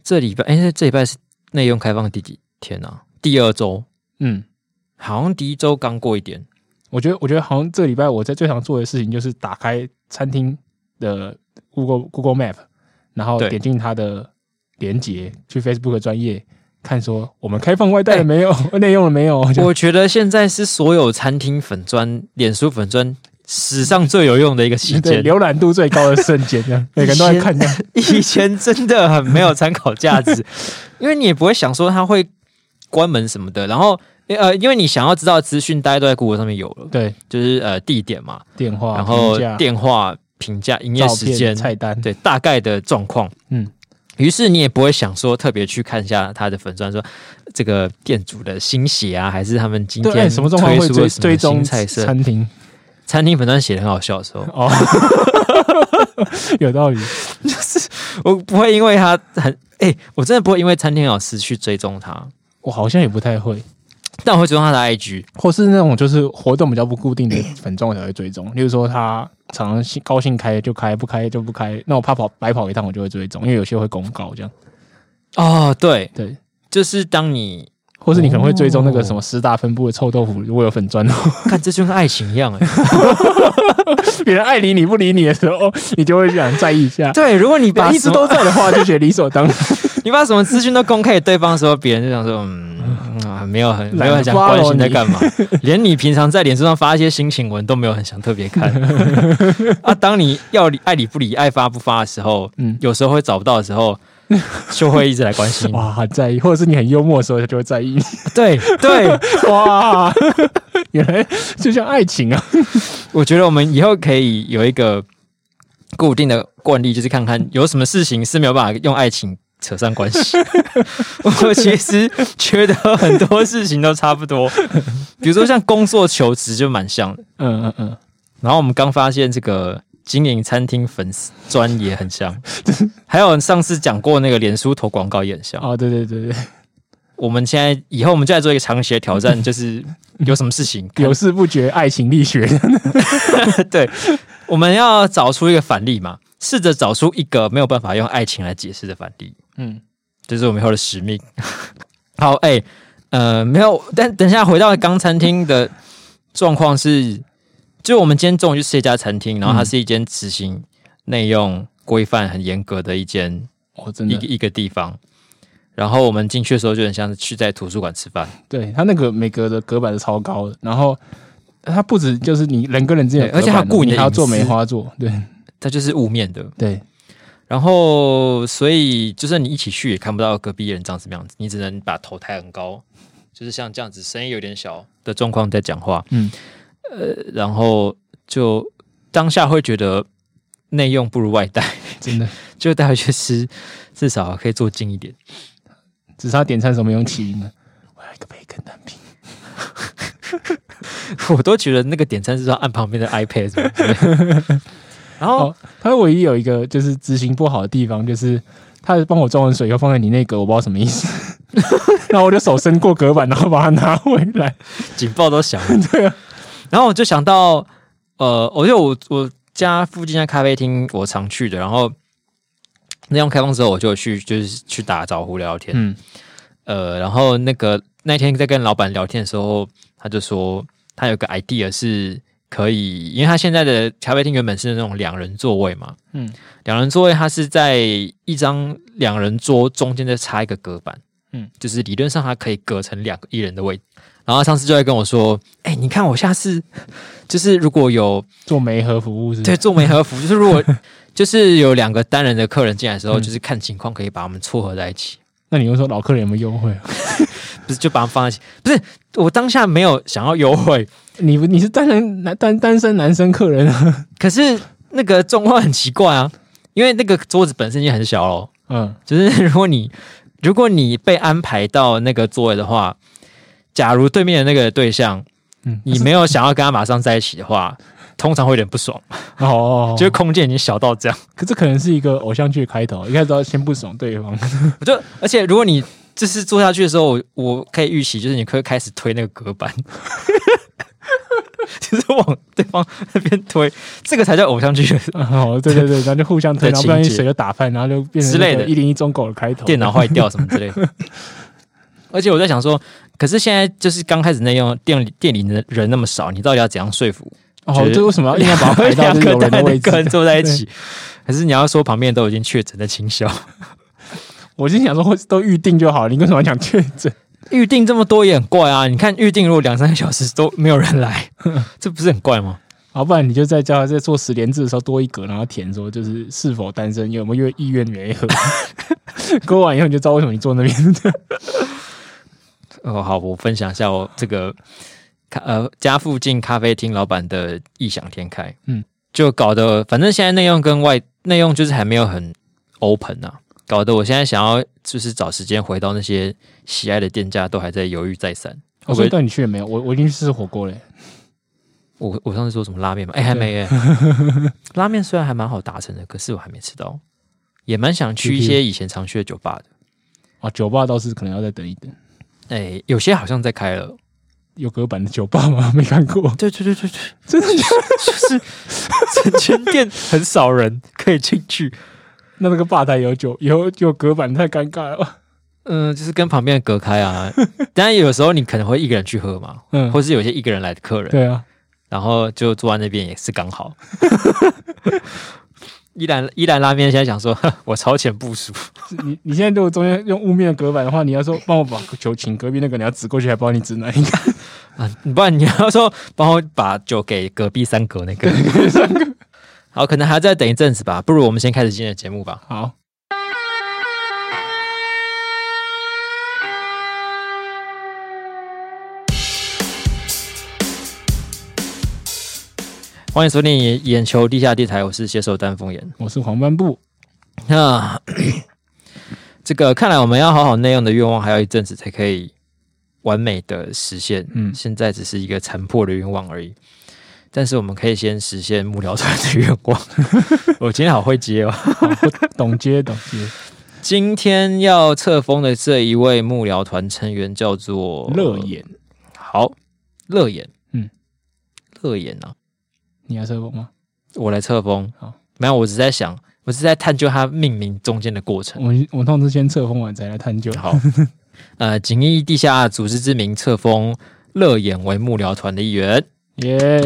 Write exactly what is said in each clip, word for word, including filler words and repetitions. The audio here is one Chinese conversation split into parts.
这礼拜哎，这礼拜是内用开放第几天啊？第二周，嗯，好像第一周刚过一点。 我觉得，我觉得好像这礼拜我在最常做的事情就是打开餐厅的 Google Google Map， 然后点进它的连结，去 Facebook 的专页看说我们开放外带了没有，内、欸、用了没有。 我觉得现在是所有餐厅粉专、脸书粉专史上最有用的一个期间， 浏览度最高的瞬间，每个人都在看。 以前真的很没有参考价值，因为你也不会想说它会关门什么的，然后。呃，因为你想要知道的资讯，大家都在 Google 上面有了。对，就是呃地点嘛， 电话， 然后电话、评价、营业时间、 菜单， 对，大概的状况。嗯，于是你也不会想说特别去看一下他的粉专，说这个店主的心血啊，还是他们今天什么状况会追追踪菜色？ 餐厅餐厅粉专写的很好笑的时候，哦， 有道理。 就是我不会因为他很哎、欸，我真的不会因为餐厅好吃去追踪他， 我好像也不太会。 但我会追踪他的 I G， 或是那种就是活动比较不固定的粉专我才会追踪。例如说他常常高兴开就开，不开就不开。那我怕跑白跑一趟，我就会追踪，因为有些会公告这样。 哦，对对， 就是当你， 或是你可能会追踪那个什么师大分部的臭豆腐，如果有粉专哦， 看这就跟爱情一样哎， 别人爱理你不理你的时候，你就会想在意一下。 对，如果你把一直都在的话，就觉得理所当然。 你把什么资讯都公开给对方的时候，别人就想说，嗯。啊、没有很没有很想关心在干嘛，连你平常在脸书上发一些心情文都没有很想特别看啊。当你要理爱理不理、爱发不发的时候，嗯，有时候会找不到的时候，就会一直来关心你。 哇，很在意，或者是你很幽默的时候，他就会在意你。 对对， 哇，原来就像爱情啊！ 我觉得我们以后可以有一个固定的惯例，就是看看有什么事情是没有办法用爱情扯上关系。我其实觉得很多事情都差不多，比如说像工作求职就蛮像的，嗯嗯嗯。然后我们刚发现这个经营餐厅粉丝专也很像，还有上次讲过那个脸书投广告也很像。 哦，对对对对。 我们现在以后我们就来做一个长期的挑战，就是有什么事情有事不决，爱情力学。 对，我们要找出一个反例嘛，试着找出一个没有办法用爱情来解释的反例。嗯，这是我们以后的使命。好，哎、欸，呃，没有，但等一下回到刚餐厅的状况是，就我们今天中午去吃一家餐厅，然后它是一间执行内用规范很严格的一间、 哦、真的一个一个地方。然后我们进去的时候就很像是去在图书馆吃饭。 对，它那个每隔的隔板是超高的，然后它不止就是你人跟人之间有隔板， 而且它顾你的隐私， 还要做梅花座，对， 它就是雾面的， 对。 然后，所以就算你一起去，也看不到隔壁人长什么样子。你只能把头抬很高，就是像这样子，声音有点小的状况在讲话。嗯，呃，然后就当下会觉得内用不如外带， 真的， 就带回去吃，至少可以坐近一点。 只是他点餐的时候没用起音了，我要一个培根蛋饼。 我都觉得那个点餐是要按旁边的 iPad 什么。然后、哦、 他唯一有一个就是执行不好的地方，就是他帮我装完水以后放在你那格，我不知道什么意思。然后我就手伸过隔板，然后把它拿回来， 警报都响了。 对啊， 然后我就想到，呃，我就我我家附近的咖啡厅我常去的，然后内用开放之后，我就去就是去打招呼聊聊天。嗯，呃，然后那个那天在跟老板聊天的时候，他就说他有个 idea 是。可以，因为他现在的咖啡厅原本是那种两人座位嘛，嗯，两人座位它是在一张两人桌中间再插一个隔板，嗯，就是理论上它可以隔成两个一人的位置。然后上次就会跟我说，哎、欸，你看我下次就是如果有做媒合服务是不是， 对，做媒合服务，就是如果就是有两个单人的客人进来的时候，嗯、就是看情况可以把他们撮合在一起。 那你会说老客人有没有优惠、啊？ 不是，就把他们放在一起。不是，我当下没有想要优惠。 你你是单人单单身男生客人啊？ 可是那个状况很奇怪啊，因为那个桌子本身已经很小了。嗯，就是如果你如果你被安排到那个座位的话，假如对面的那个对象，嗯，你没有想要跟他马上在一起的话，通常会有点不爽。哦，就是空间已经小到这样。 可这可能是一个偶像剧的开头，一开始要先不爽对方。 我就而且如果你就是坐下去的时候，我, 我可以预期，就是你可以开始推那个隔板。 就是往对方那边推，这个才叫偶像剧。 哦，对对对，然后就互相推，然后不然谁就打翻，然后就变成之类的一零一忠狗的开头， 电脑坏掉什么之类的。而且我在想说，可是现在就是刚开始那用店店里的人那么少，你到底要怎样说服？ 哦，这为什么要硬要把它排到有人的位置， 跟坐在一起？可是你要说旁边都已经确诊的倾销， 我心想说都预定就好，你为什么要讲确诊？ 预定这么多也很怪啊！你看预定如果两三个小时都没有人来，这不是很怪吗？ 好，不然你就在叫他在做十连字的时候多一格，然后填说就是是否单身，有没有意愿联合。勾完以后你就知道为什么你坐那边。 哦，好，我分享一下我这个呃家附近咖啡厅老板的异想天开，嗯，就搞得反正现在内用跟外内用就是还没有很 open 啊。搞得我现在想要就是找时间回到那些喜爱的店家，都还在犹豫再三。 我说带你去了没有？我我已经去吃火锅了。 我我上次说什么拉面嘛？哎、欸，还没耶。拉面虽然还蛮好达成的，可是我还没吃到。也蛮想去一些以前常去的酒吧的。 啊，酒吧倒是可能要再等一等。 哎、欸，有些好像在开了。 有隔板的酒吧吗？没看过。 对对对对对，真的就是整间店很少人可以进去。 那那个吧台有酒有有隔板，太尴尬了。 嗯，就是跟旁边隔开啊。当然有时候你可能会一个人去喝嘛，嗯，或是有些一个人来的客人， 对啊， 然后就坐在那边也是刚好。依然依然拉面现在想说，我超前部署。 你你现在如果中间用雾面的隔板的话，你要说帮我把酒请隔壁那个，你要指过去，还不知道你指哪一个啊？不然你要说帮我把酒给隔壁三格那个。三个好，可能还要再等一阵子吧。不如我们先开始今天的节目吧。 好， 欢迎收听眼球地下电台，我是携手丹凤眼， 我是黄斑布。 那这个看来我们要好好内用的愿望，还有一阵子才可以完美的实现。嗯，现在只是一个残破的愿望而已。但是我们可以先实现幕僚团的愿望。我今天好会接哦， 懂接懂接。 今天要册封的这一位幕僚团成员叫做乐眼。 好，乐眼， 嗯， 乐眼啊， 你来册封吗？ 我来册封。好，没有，我只是在想，我是在探究它命名中间的过程。 我我通常是先册封完再来探究。 好，呃，谨以地下组织之名册封乐眼为幕僚团的一员。 耶、yeah ！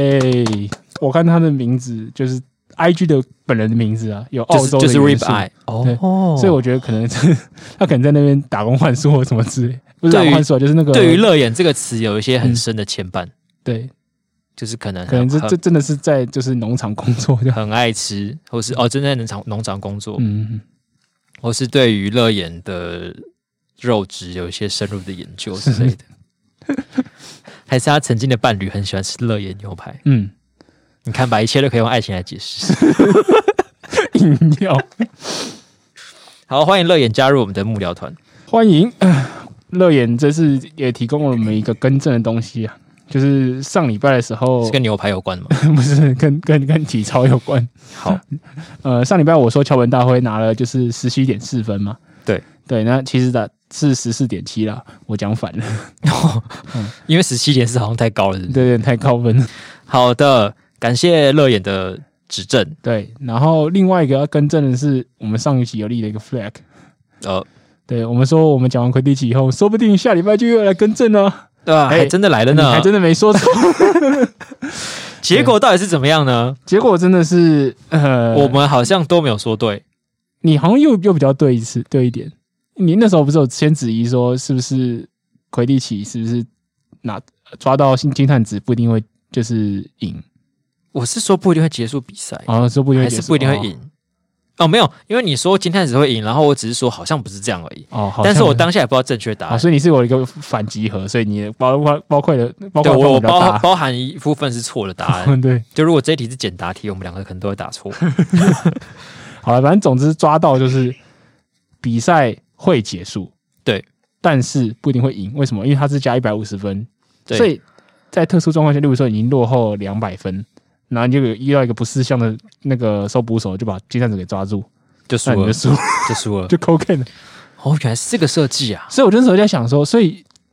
我看他的名字就是 I G 的本人的名字啊，有澳洲的元素， 就是 Rib Eye 哦，所以我觉得可能是他可能在那边打工换宿或什么之类，不是打工换宿，就是那个对于乐眼这个词有一些很深的牵绊、嗯， 对， 就是可能可能这这真的是在就是农场工作， 很爱吃，或是哦真的在农场农场工作，嗯，或是对于乐眼的肉质有一些深入的研究之类的。还是他曾经的伴侣很喜欢吃乐眼牛排。嗯，你看，把一切都可以用爱情来解释。 硬要。 好，欢迎乐眼加入我们的幕僚团。 欢迎乐眼，这次也提供了我们一个更正的东西啊，就是上礼拜的时候是跟牛排有关的吗？ 不是，跟跟跟体操有关。 好， 呃，上礼拜我说桥本大辉拿了就是十七点四分嘛。 对对，那其实的。是十四点七啦，我讲反了， 嗯、因为十七点四好像太高了是不是， 对对，太高分了。 好的，感谢乐眼的指正。 对，然后另外一个要更正的是，我们上一期有立了一个 flag， 呃，对我们说我们讲完魁地奇以后，说不定下礼拜就又来更正了， 对吧、啊？还真的来了呢， 还真的没说错。 结果到底是怎么样呢？ 结果真的是，呃， 我们好像都没有说对， 你好像又又比较对一次，对一点。你那时候不是有先质疑说，是不是魁地奇是不是拿抓到金碳值不一定会就是赢？ 我是说不一定会结束比赛， 啊，说不一定会结束， 还是不一定会赢。哦，哦没有，因为你说金碳值会赢，然后我只是说好像不是这样而已。哦，但是我当下也不知道正确答案， 哦、所以你是有一个反集合，所以你包包包括的包括我包包含一部分是错的答案。 对， 就如果这一题是简答题，我们两个可能都会打错。 好了，反正总之抓到就是比赛会结束， 对， 但是不一定会赢。为什么？因为它是加一百五十分，所以在特殊状况下，例如说已经落后两百分，然后你就遇到一个不识相的那个收捕手，就把金蛋子给抓住， 就输了， 就输了， 就输了， 就 cocaine 了。 哦，原来是这个设计啊！ 所以我那时候在想说，所以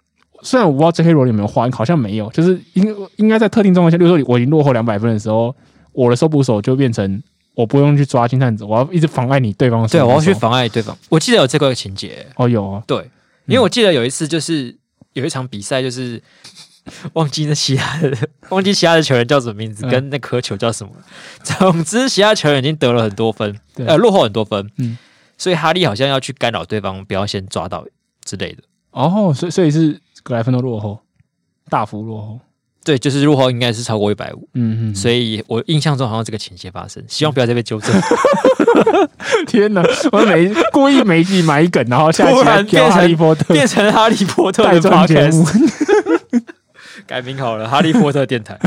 虽然我不知道 J K 罗琳有没有换，好像没有，就是应应该在特定状况下，例如说我已经落后两百分的时候，我的收捕手就变成我不用去抓金探子，我要一直妨碍你对方的收捕手。 对，我要去妨碍对方。我记得有这个情节。 哦，有啊。 对，因为我记得有一次就是有一场比赛，就是忘记那其他的忘记其他的球员叫什么名字，嗯、跟那颗球叫什么。总之，其他球员已经得了很多分，呃，落后很多分。嗯。所以哈利好像要去干扰对方，不要先抓到之类的。 哦，所以所以是格莱芬多落后，大幅落后。 对，就是落后应该是超过一百五。 嗯嗯。 所以我印象中好像这个情节发生，希望不要再被纠正。 天哪！我每故意每一集买一梗，然后下一集来变成哈利波特， 变成哈利波特的 podcast， 改名好了，哈利波特电台。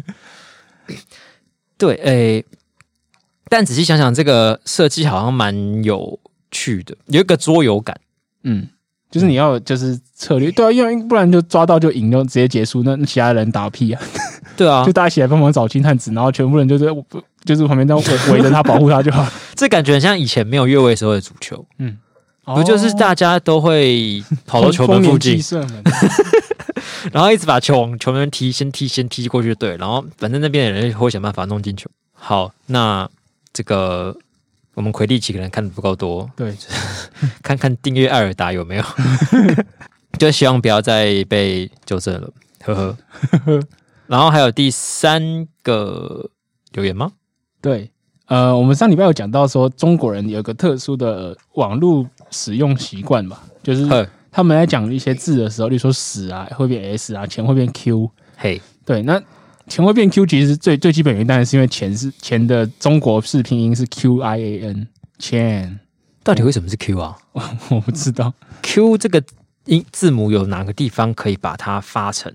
对，诶。但仔细想想，这个设计好像蛮有趣的，有一个桌游感。 嗯，就是你要就是策略，对啊，因为不然就抓到就赢，就直接结束，那其他人打屁啊。对啊，就大家一起来帮忙找金探子，然后全部人就是就是旁边这样围着他保护他就好。 这感觉很像以前没有越位时候的足球。嗯，不就是大家都会跑到球门附近，然后一直把球往球门踢，先踢先踢过去就对，然后反正那边的人会想办法弄进球。好，那。这个我们魁地奇可能看的不够多， 对， 看看订阅艾尔达有没有，就希望不要再被纠正了，呵呵。然后还有第三个留言吗？ 对，呃，我们上礼拜有讲到说中国人有个特殊的网络使用习惯吧，就是他们在讲一些字的时候，例如说死啊会变 S 啊，钱会变 Q， 嘿， 对，那。钱会变 Q， 其实最最基本原因当然是因为钱是钱的中国式拼音是 Q I A N， 钱到底为什么是 Q 啊？ 我, 我不知道 Q 这个音字母有哪个地方可以把它发成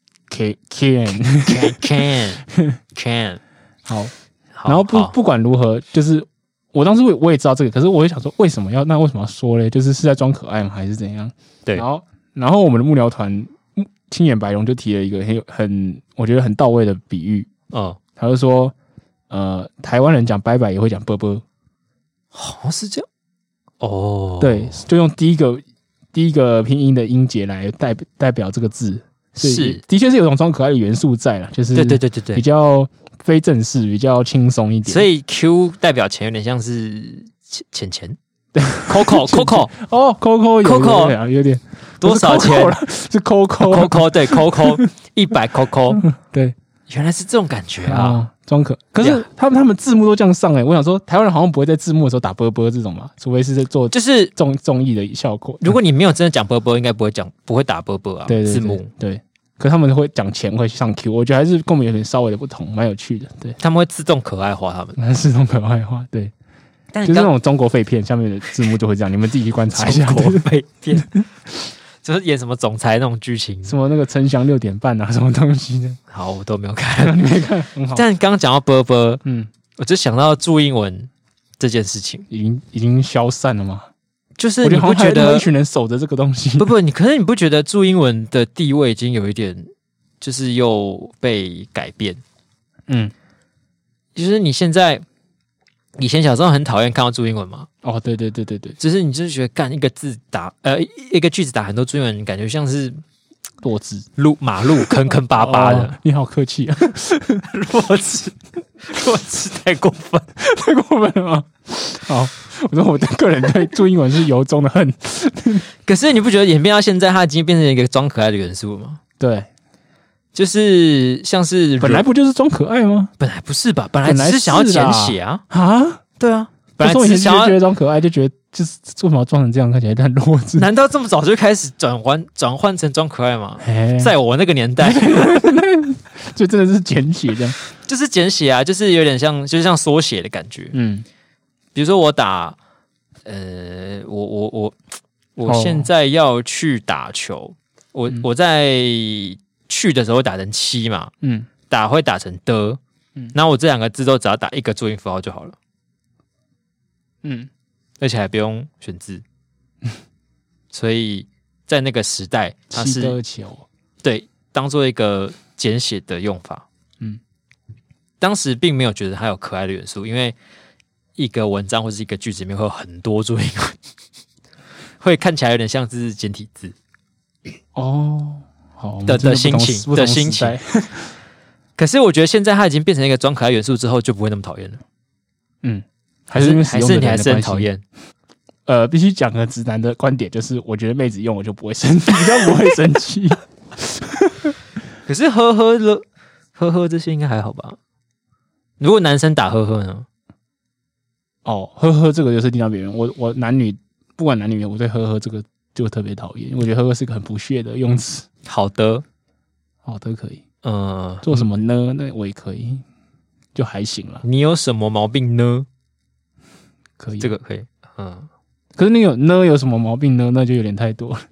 K can can can can 好，然后不不管如何，就是我当时我也知道这个，可是我也想说为什么要那为什么要说嘞？就是是在装可爱吗？还是怎样？ 对， 然后然后我们的幕僚团。青眼白龙就提了一个很很我觉得很到位的比喻， 嗯， 他就说，呃，台湾人讲拜拜也会讲啵啵， 好像是这样，哦， 对，就用第一个第一个拼音的音节来代代表这个字， 是， 的确是有种装可爱的元素在啦，就是对对对对对， 比较非正式，比较轻松一点， 所以 Q 代表钱有点像是钱钱。Coco Coco 哦 Coco Coco 有, 有点多少钱？ 是 Coco Coco 对 Coco 一百 Coco 对， 原来是这种感觉啊！ 装、哦、可可是他们他们字幕都这样上哎、欸，我想说台湾人好像不会在字幕的时候打啵啵这种嘛，除非是在做就是综综艺的效果。 如果你没有真的讲啵啵，应该不会讲不会打啵啵啊。 对对对字幕对，可是他们会讲钱会上 Q， 我觉得还是跟我们有点稍微的不同，蛮有趣的。对， 他们会自动可爱化他们， 自动可爱化对。 但就是那种中国废片下面的字幕就会这样，你们自己去观察一下。 中国废片，就是演什么总裁那种剧情， 什么那个陈翔六点半啊，什么东西的。 好，我都没有看， 你没看，很好。 但刚刚讲到啵啵， 嗯， 我就想到注英文这件事情， 已经已经消散了吗？ 就是你不觉得一群人守着这个东西？ 不不，你可是你不觉得注英文的地位已经有一点，就是又被改变？嗯，就是你现在。以前小时候很讨厌看到注英文嘛？ 哦，对对对对对， 只是你就是觉得干一个字打呃一个句子打很多注英文，感觉像是弱智路马路坑坑巴巴的。 哦、你好客气啊， 弱智弱智太过分太过分了吗？好，我说我的个人对注英文是由衷的恨。 可是你不觉得演变到现在，它已经变成一个装可爱的元素吗？ 对。 就是像是本来不就是装可爱吗？ 本来不是吧？本来只是想要简写啊！ 啊， 对啊，本来只是想要觉得装可爱，就觉得就是为什么要装成这样，看起来很弱智？ 难道这么早就开始转换转换成装可爱吗？在我那个年代， 就真的是简写这样， 就是简写啊，就是有点像，就是像缩写的感觉。嗯，比如说我打，呃，我我我我现在要去打球，我、嗯、我在。去的时候会打成七嘛，嗯，打会打成的，嗯，那我这两个字都只要打一个注音符号就好了，嗯，而且还不用选字，所以在那个时代，它是对当做一个简写的用法，嗯，当时并没有觉得它有可爱的元素，因为一个文章或是一个句子里面会有很多注音，会看起来有点像是简体字， 哦。 的的心情的心情。可是我觉得现在它已经变成一个装可爱元素之后，就不会那么讨厌了。 嗯， 还是还是你还是很讨厌。 呃，必须讲个直男的观点，就是我觉得妹子用我就不会生气，比较不会生气。 可是呵呵了，呵呵这些应该还好吧？如果男生打呵呵呢？ 哦，呵呵这个就是另当别论。我我男女不管男女，我对呵呵这个就特别讨厌。我觉得呵呵是个很不屑的用词。 好的， 好的可以。 呃， 做什么呢？那我也可以，就还行了。 你有什么毛病呢？ 可以， 这个可以。嗯。 可是那个呢有什么毛病呢？那就有点太多了。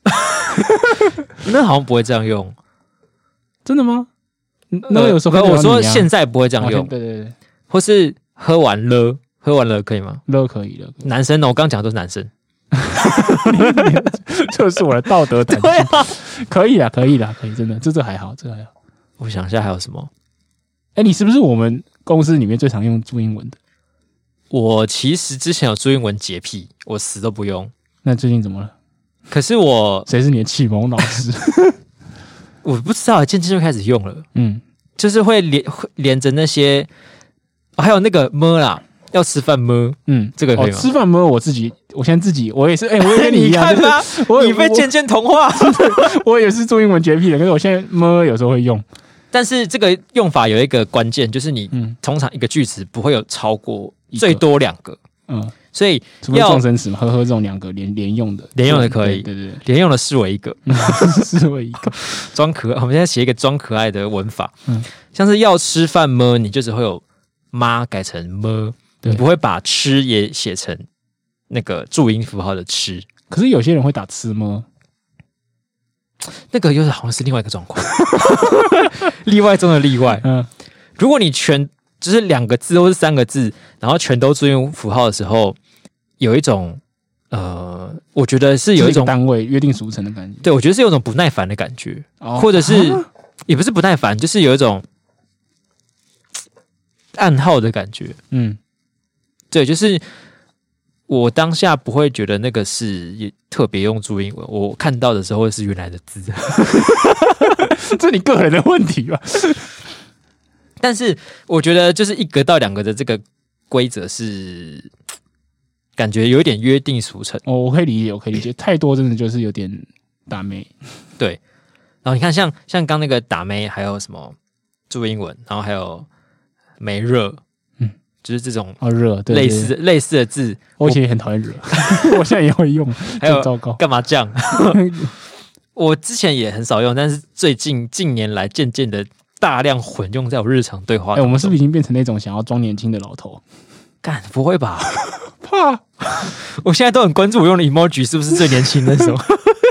那好像不会这样用， 真的吗？那有时候、 呃、我说现在不会这样用， 哦、对对对， 或是喝完了，喝完了可以吗？ 了可以了。 男生呢？我刚刚讲的都是男生， 这是我的道德弹性。啊、可以啦，可以啦，可以，真的，这这还好，这还好。 我想一下还有什么？ 哎、欸，你是不是我们公司里面最常用注英文的？ 我其实之前有注英文洁癖，我死都不用。 那最近怎么了？ 可是我谁是你的启蒙老师？ 我不知道，渐渐就开始用了。 嗯， 就是会连会连着那些、哦，还有那个么啦，要吃饭么？嗯，这个可以吗？ 哦、吃饭么？我自己，我现在自己，我也是，哎、欸，我也跟你一样， 你看吧， 我你被渐渐同化。 我也是注英文洁癖的，可是我现在么有时候会用。 但是这个用法有一个关键，就是你通常一个句子不会有超过最多两个，嗯，所以要重声词嘛，呵呵这种两个连连用的， 连用的可以， 对对对， 连用的视为一个， 视为一个装可爱。我们现在写一个装可爱的文法，嗯，像是要吃饭么，你就只会有妈改成么，你不会把吃也写成那个注音符号的吃。 可是有些人会打吃么。 那个又是好像是另外一个状况，例外中的例外。嗯，如果你全就是两个字或是三个字，然后全都注音符号的时候，有一种呃，我觉得是有一种单位约定俗成的感觉。 对，我觉得是有一种不耐烦的感觉，哦、或者是、啊、也不是不耐烦，就是有一种暗号的感觉。嗯，对，就是。我当下不会觉得那个是特别用注英文，我看到的时候是原来的字， 这是你个人的问题吧？ 但是我觉得就是一格到两格的这个规则是感觉有一点约定俗成。 哦，我可以理解，我可以理解，太多真的就是有点打妹。 对，然后你看像像刚那个打妹，还有什么注英文，然后还有没热。就是这种哦热类似类似的字， 我以前也很讨厌热，我现在也会用。 还有糟糕， 干嘛这样？我之前也很少用，但是最近近年来渐渐的大量混用在我日常对话。 哎、欸，我们是不是已经变成那种想要装年轻的老头？ 干不会吧？ 怕！ 我现在都很关注我用的 emoji 是不是最年轻的时候，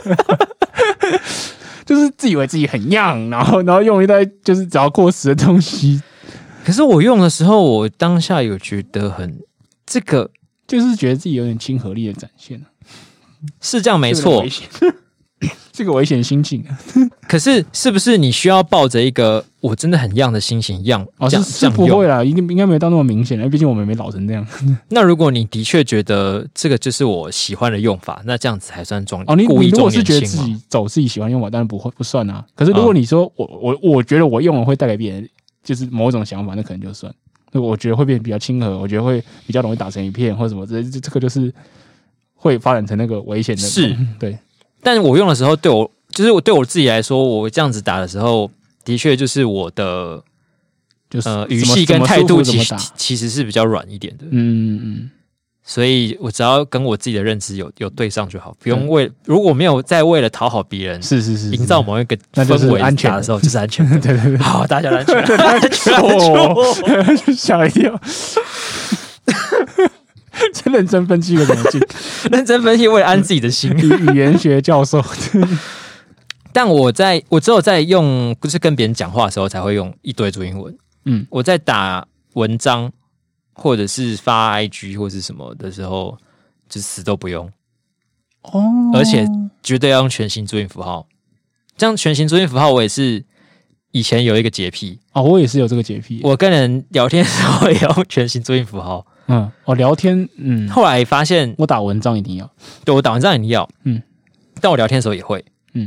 就是自以为自己很 young， 然后然后用一代就是只要过时的东西。 可是我用的时候，我当下有觉得很这个， 就是觉得自己有点亲和力的展现， 是这样没错。 这个危险心情， 可是是不是你需要抱着一个我真的很样的心情样？ 哦，是是不会啦，一定应该没有到那么明显，毕竟我们也没老成这样。 那如果你的确觉得这个就是我喜欢的用法，那这样子还算装哦？你故意如果是觉得自己走自己喜欢用法，当然不会不算啊。可是如果你说、哦、我我我觉得我用了会带给别人就是某种想法，那可能就算。那我觉得会变比较亲和，我觉得会比较容易打成一片或者什么，这这个就是会发展成那个危险的。 是， 对。 但我用的时候，对我就是我对我自己来说，我这样子打的时候，的确就是我的就是呃语气跟态度其实其实是比较软一点的。嗯嗯嗯。所以我只要跟我自己的认知有有对上就好，不用为、嗯、如果没有再为了讨好别人， 是是是， 营造某一个氛围安全的时候，就是安全的。 对对对， 好，大家安全，安全， 安全，吓一跳。真认真分析个东西， 认真分析为了安自己的心。 语言学教授， 但我在我只有在用不是跟别人讲话的时候才会用一堆注音文。嗯，我在打文章或者是发 I G 或是什么的时候，就死都不用。哦，而且绝对要用全形注音符号。这样全形注音符号，我也是以前有一个洁癖哦，我也是有这个洁癖。 我跟人聊天的时候也要用全形注音符号。 嗯，我、哦、聊天，嗯， 后来发现我打文章一定要， 对我打文章一定要，嗯，但我聊天的时候也会，嗯，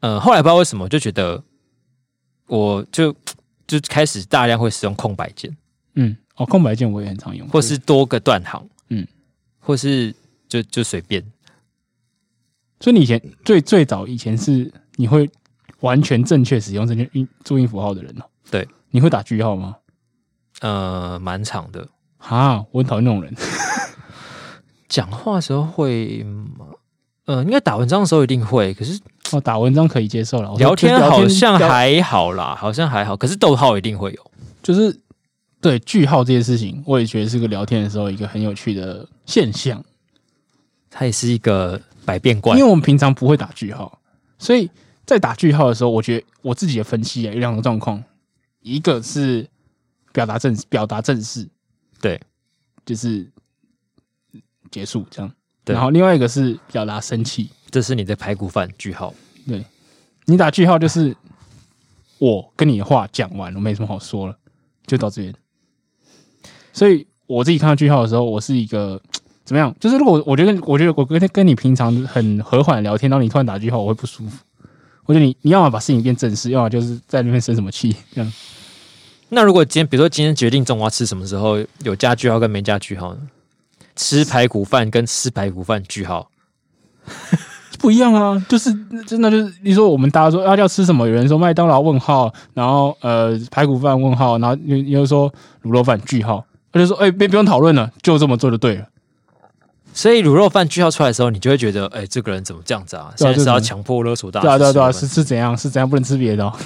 呃，后来不知道为什么就觉得，我就就开始大量会使用空白键。 嗯，哦，空白键我也很常用， 或是多个断行， 嗯， 或是就就随便。 所以你以前最最早以前是你会完全正确使用这些注音符号的人哦？ 对， 你会打句号吗？ 呃，蛮长的。 哈，我很讨厌那种人。 讲话的时候会吗？呃，应该打文章的时候一定会，可是哦，打文章可以接受了。 聊天好像还好啦，好像还好。可是逗号一定会有， 就是对句号这件事情，我也觉得是个聊天的时候一个很有趣的现象。 它也是一个百变怪， 因为我们平常不会打句号，所以在打句号的时候，我觉得我自己的分析啊有两个状况，一个是表达正表达正式， 对， 就是结束这样。然后另外一个是表达生气， 这是你的排骨饭句号。 对，你打句号就是我跟你的话讲完，我没什么好说了，就到这边。所以我自己看到句号的时候，我是一个怎么样？就是如果我觉得，我觉得我跟跟你平常很和缓的聊天，然后你突然打句号，我会不舒服。我觉得你你要么把事情变正式，要么就是在那边生什么气这样。 那如果今天，比如说今天决定中午要吃什么时候，有加句号跟没加句号呢？吃排骨饭跟吃排骨饭句号不一样啊，就是真的就是你说我们大家说啊要吃什么，有人说麦当劳问号，然后呃排骨饭问号，然后你又说卤肉饭句号，他就说哎别、欸、不用讨论了，就这么做就对了。 所以卤肉饭句号出来的时候，你就会觉得哎、欸、这个人怎么这样子啊？现在是要强迫勒索大家？ 对啊对啊对啊，是是怎样是怎样不能吃别的哦？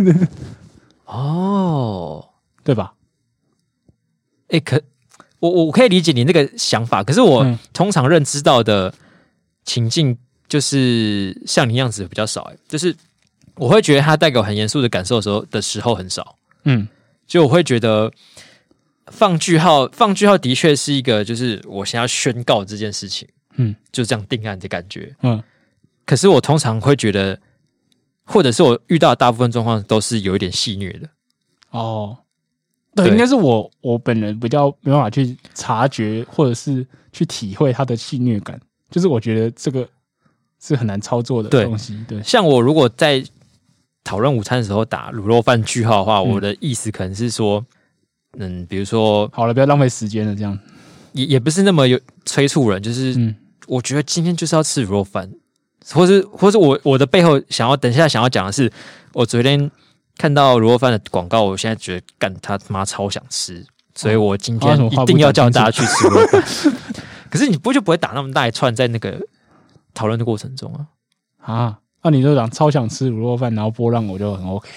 哦， 对吧？ 哎、欸、可。我我可以理解你那个想法，可是我通常认知到的情境就是像你那样子比较少、欸，就是我会觉得他带给我很严肃的感受的时候的时候很少，嗯，就我会觉得放句号，放句号的确是一个就是我想要宣告这件事情，嗯，就这样定案的感觉，嗯，可是我通常会觉得，或者是我遇到的大部分状况都是有一点戏谑的，哦。对， 应该是我我本人比较没办法去察觉，或者是去体会他的戏谑感。就是我觉得这个是很难操作的东西。对， 对像我如果在讨论午餐的时候打卤肉饭句号的话，嗯、我的意思可能是说，嗯，比如说， 好了，不要浪费时间了，这样也也不是那么有催促人，就是我觉得今天就是要吃卤肉饭，或是或是我我的背后想要等一下想要讲的是，我昨天。看到卤肉饭的广告，我现在觉得干他妈超想吃，所以我今天一定要叫大家去吃卤肉饭。可是你不就不会打那么大一串在那个讨论的过程中啊？ 啊，那、啊、你就讲超想吃卤肉饭，然后波浪我就很 OK，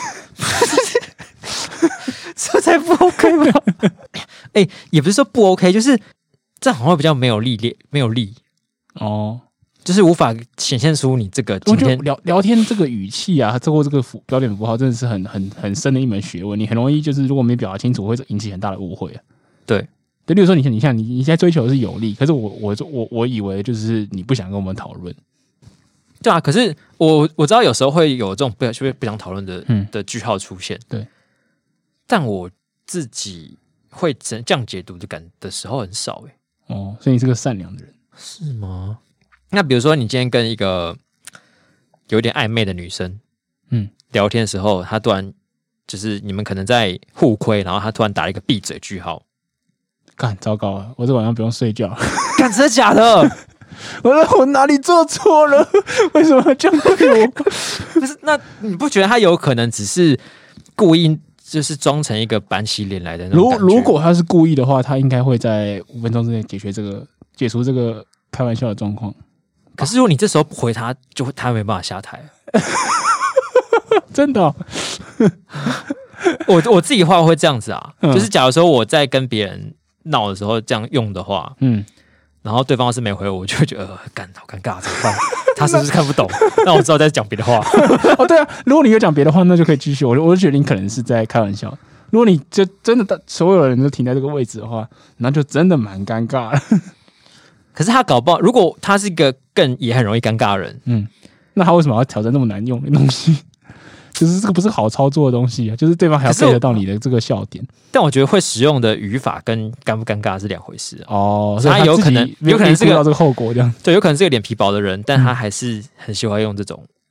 这才不 OK 吗？哎、欸，也不是说不 OK， 就是这样好像比较没有力量，没有力哦。就是无法显现出你这个今天聊聊天这个语气啊，透过这个符标点符号，真的是很很很深的一门学问。你很容易就是如果没表达清楚，会引起很大的误会啊。 对， 对，例如说你你像你你现在追求的是有利，可是我我我我以为就是你不想跟我们讨论。 对啊，可是我我知道有时候会有这种不不不想讨论的、嗯、的句号出现。 对， 但我自己会这样解读的感的时候很少哎、 欸。哦，所以你是个善良的人， 是吗？那比如说，你今天跟一个有点暧昧的女生，嗯，聊天的时候，她突然就是你们可能在互亏，然后她突然打了一个闭嘴句号， 干糟糕了！我这晚上不用睡觉， 干真的假的？ 我说我哪里做错了？为什么要这样对我？ 不是，那你不觉得他有可能只是故意就是装成一个板起脸来的那种感觉？ 如如果他是故意的话，他应该会在五分钟之内解决这个解除这个开玩笑的状况。 可是如果你这时候不回他，就会他没办法下台。 真的、哦， 我我自己的话会这样子啊，嗯、就是假如说我在跟别人闹的时候这样用的话，嗯，然后对方要是没回我，我就会觉得呃，干好尴尬，怎么办？他是不是看不懂？那我知道在讲别的话。 哦，对啊，如果你有讲别的话，那就可以继续。我我就觉得你可能是在开玩笑。如果你就真的所有人都停在这个位置的话，那就真的蛮尴尬的。 可是他搞不好，如果他是一个更也很容易尴尬的人，嗯， 那他为什么要挑战那么难用的东西？就是这个不是好操作的东西啊，就是对方还要 get 得到你的这个笑点。 但我觉得会使用的语法跟尴不尴尬是两回事、啊、 哦。 所以他有可能有可能是个这个后果这样， 对，有可能是个脸皮薄的人，但他还是很喜欢用这种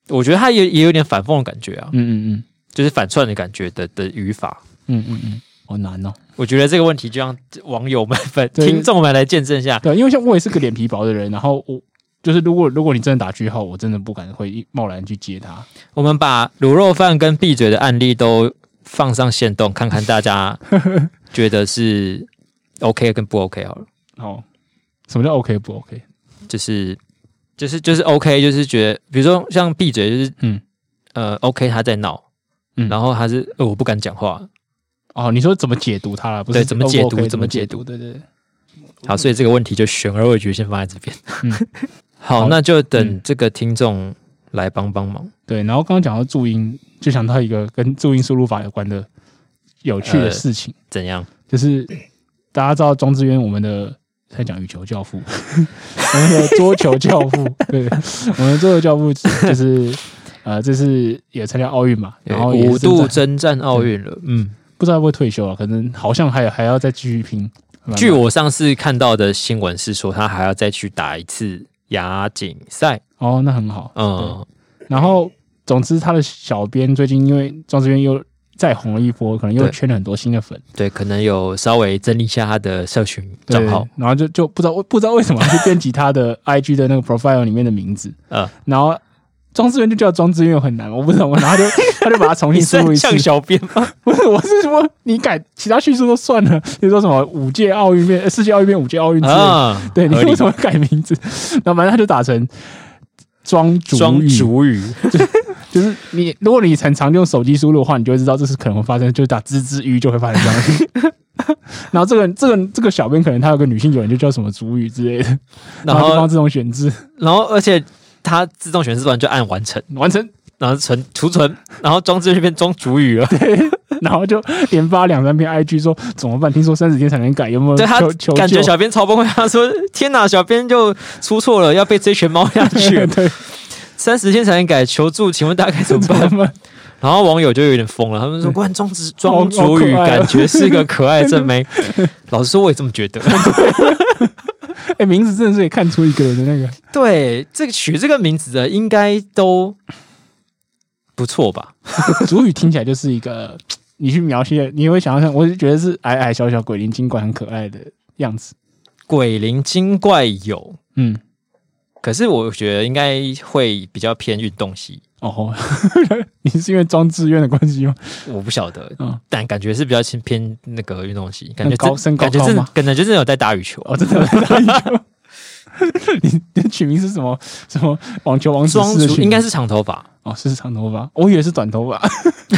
我觉得他也也有点反讽的感觉啊， 嗯嗯嗯， 就是反串的感觉的的语法， 嗯嗯嗯，好难哦。 我觉得这个问题就让网友们、听众们来见证一下。 对，因为像我也是个脸皮薄的人，然后我就是如果如果你真的打句号，我真的不敢会贸然去接他。 我们把卤肉饭跟闭嘴的案例都放上限动，看看大家觉得是 OK 跟不 OK 好了。 哦，什么叫 OK 不 OK？ 就是就是就是 OK， 就是觉得比如说像闭嘴，就是嗯呃 OK 他在闹，嗯，然后他是呃我不敢讲话。 哦，你说怎么解读它了？不是对，怎么解读？ OK, 怎么解读？ 对对对。 好，所以这个问题就悬而未决，先放在这边。嗯，好，那就等这个听众来帮帮忙。 对，然后刚刚讲到注音，就想到一个跟注音输入法有关的有趣的事情。 呃、怎样？ 就是大家知道庄智渊，我们的在讲羽球教父，我们的桌球教父，对，我们的桌球教父就是呃，这次也参加奥运嘛，然后五度征战奥运了，嗯。 不知道会不会退休啊？可能好像还还要再继续拼。 据我上次看到的新闻是说，他还要再去打一次亚锦赛。 哦，那很好。 嗯， 然后总之，他的小编最近因为庄智渊又再红了一波，可能又圈了很多新的粉。 对，可能有稍微整理一下他的社群账号， 然后就就不知道不知道为什么去编辑他的 I G 的那个 profile 里面的名字。 嗯， 然后。庄智渊就叫庄智渊很难，我不懂，然后他就他就把它重新输入一次。 像小编吗？ 不是，我是说你改其他叙述都算了，比如说什么五届奥运变世界奥运变五届奥运之类的，啊、对你为什么改名字？然后反正他就打成庄主语， 庄主语， 就, 就是你如果你很常用手机输入的话，你就会知道这是可能会发生，就是打吱吱语就会发生这样的事。然后这个这个这个小编可能他有个女性友人就叫什么主语之类的，然后就帮这种选字， 然后而且。它自动选字完就按完成， 完成， 然后存储存，然后装置就变装主语了。 对，然后就连发两三篇 I G 说怎么办？听说三十天才能改，有没有？ 对他感觉小编超崩溃，他说：“天哪，小编就出错了，要被这群猫下去。” 对， 三十天才能改，求助，请问大家该怎么办？然后网友就有点疯了，他们说：“关装置装主语，感觉是个可爱正妹。”老实说，我也这么觉得。 哎、欸，名字真的是可以看出一个人的那个。 对，这个取这个名字的应该都不错吧？ 主语听起来就是一个，你去描写，你会想象，我就觉得是矮矮小小鬼灵精怪很可爱的样子。 鬼灵精怪有， 嗯， 可是我觉得应该会比较偏运动系。 哦，你是因为庄智渊的关系吗？ 我不晓得，嗯，但感觉是比较偏那个运动系，感觉高身高感觉真的，感觉真的有在打羽球。 哦，真的有在打羽球。你你的取名是什么？什么网球王子式的取名？ 应该是长头发哦，是长头发，我以为是短头发。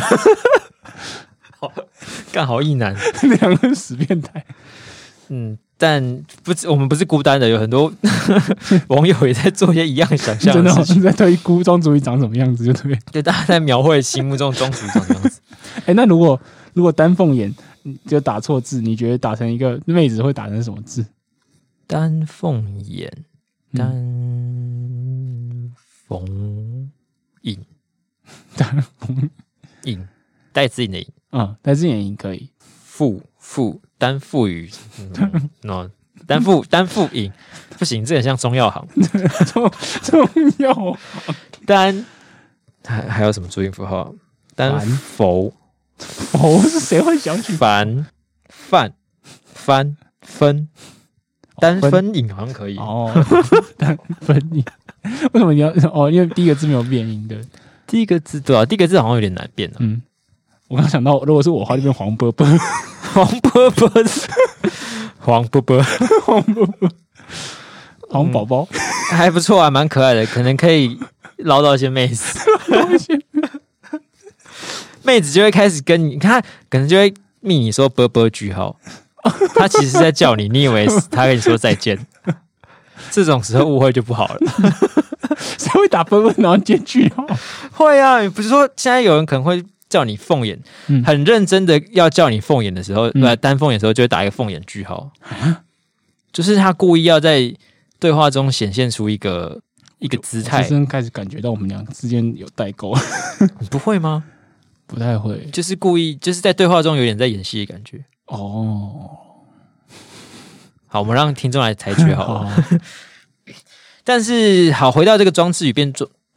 干好意难， 两个死变态。 嗯。但不是我们不是孤单的，有很多网友也在做一些一样想象的事情， 真的、哦、在推估庄主语长什么样子，就对， 对，大家在描绘心目中庄主语长什么样子。 哎、欸，那如果如果丹凤眼就打错字，你觉得打成一个妹子会打成什么字？ 丹凤眼，丹凤影， 丹凤影，带字影的影啊，带字影可以， 复复。单复语，嗯，no, 单复单复影不行，这很像中药行。 中中药行单还还有什么注音符号？单佛佛是谁会想起？ 凡范翻分单分影好像可以哦。单分影为什么你要哦？因为第一个字没有变音的， 第一个字对啊，第一个字好像有点难变啊。 嗯，我刚想到，如果是我的话，就变黄波波。 黄波波，黄波波， 黄波波，黄宝宝、 嗯，还不错啊，蛮可爱的，可能可以捞到一些妹子。妹子就会开始跟你看，可能就会密你说波波句号，他其实是在叫你，你以为他跟你说再见，这种时候误会就不好了。 谁会打波波然后接句号？ 会啊，不是说现在有人可能会。叫你凤眼、嗯，很认真的要叫你凤眼的时候，嗯、单凤眼的时候就会打一个凤眼句号、啊，就是他故意要在对话中显现出一个一个姿态。 真开始感觉到我们俩之间有代沟， 你不会吗？ 不太会， 就是故意就是在对话中有点在演戏的感觉。 哦， 好，我们让听众来裁决好了。但是好，回到这个庄智语变庄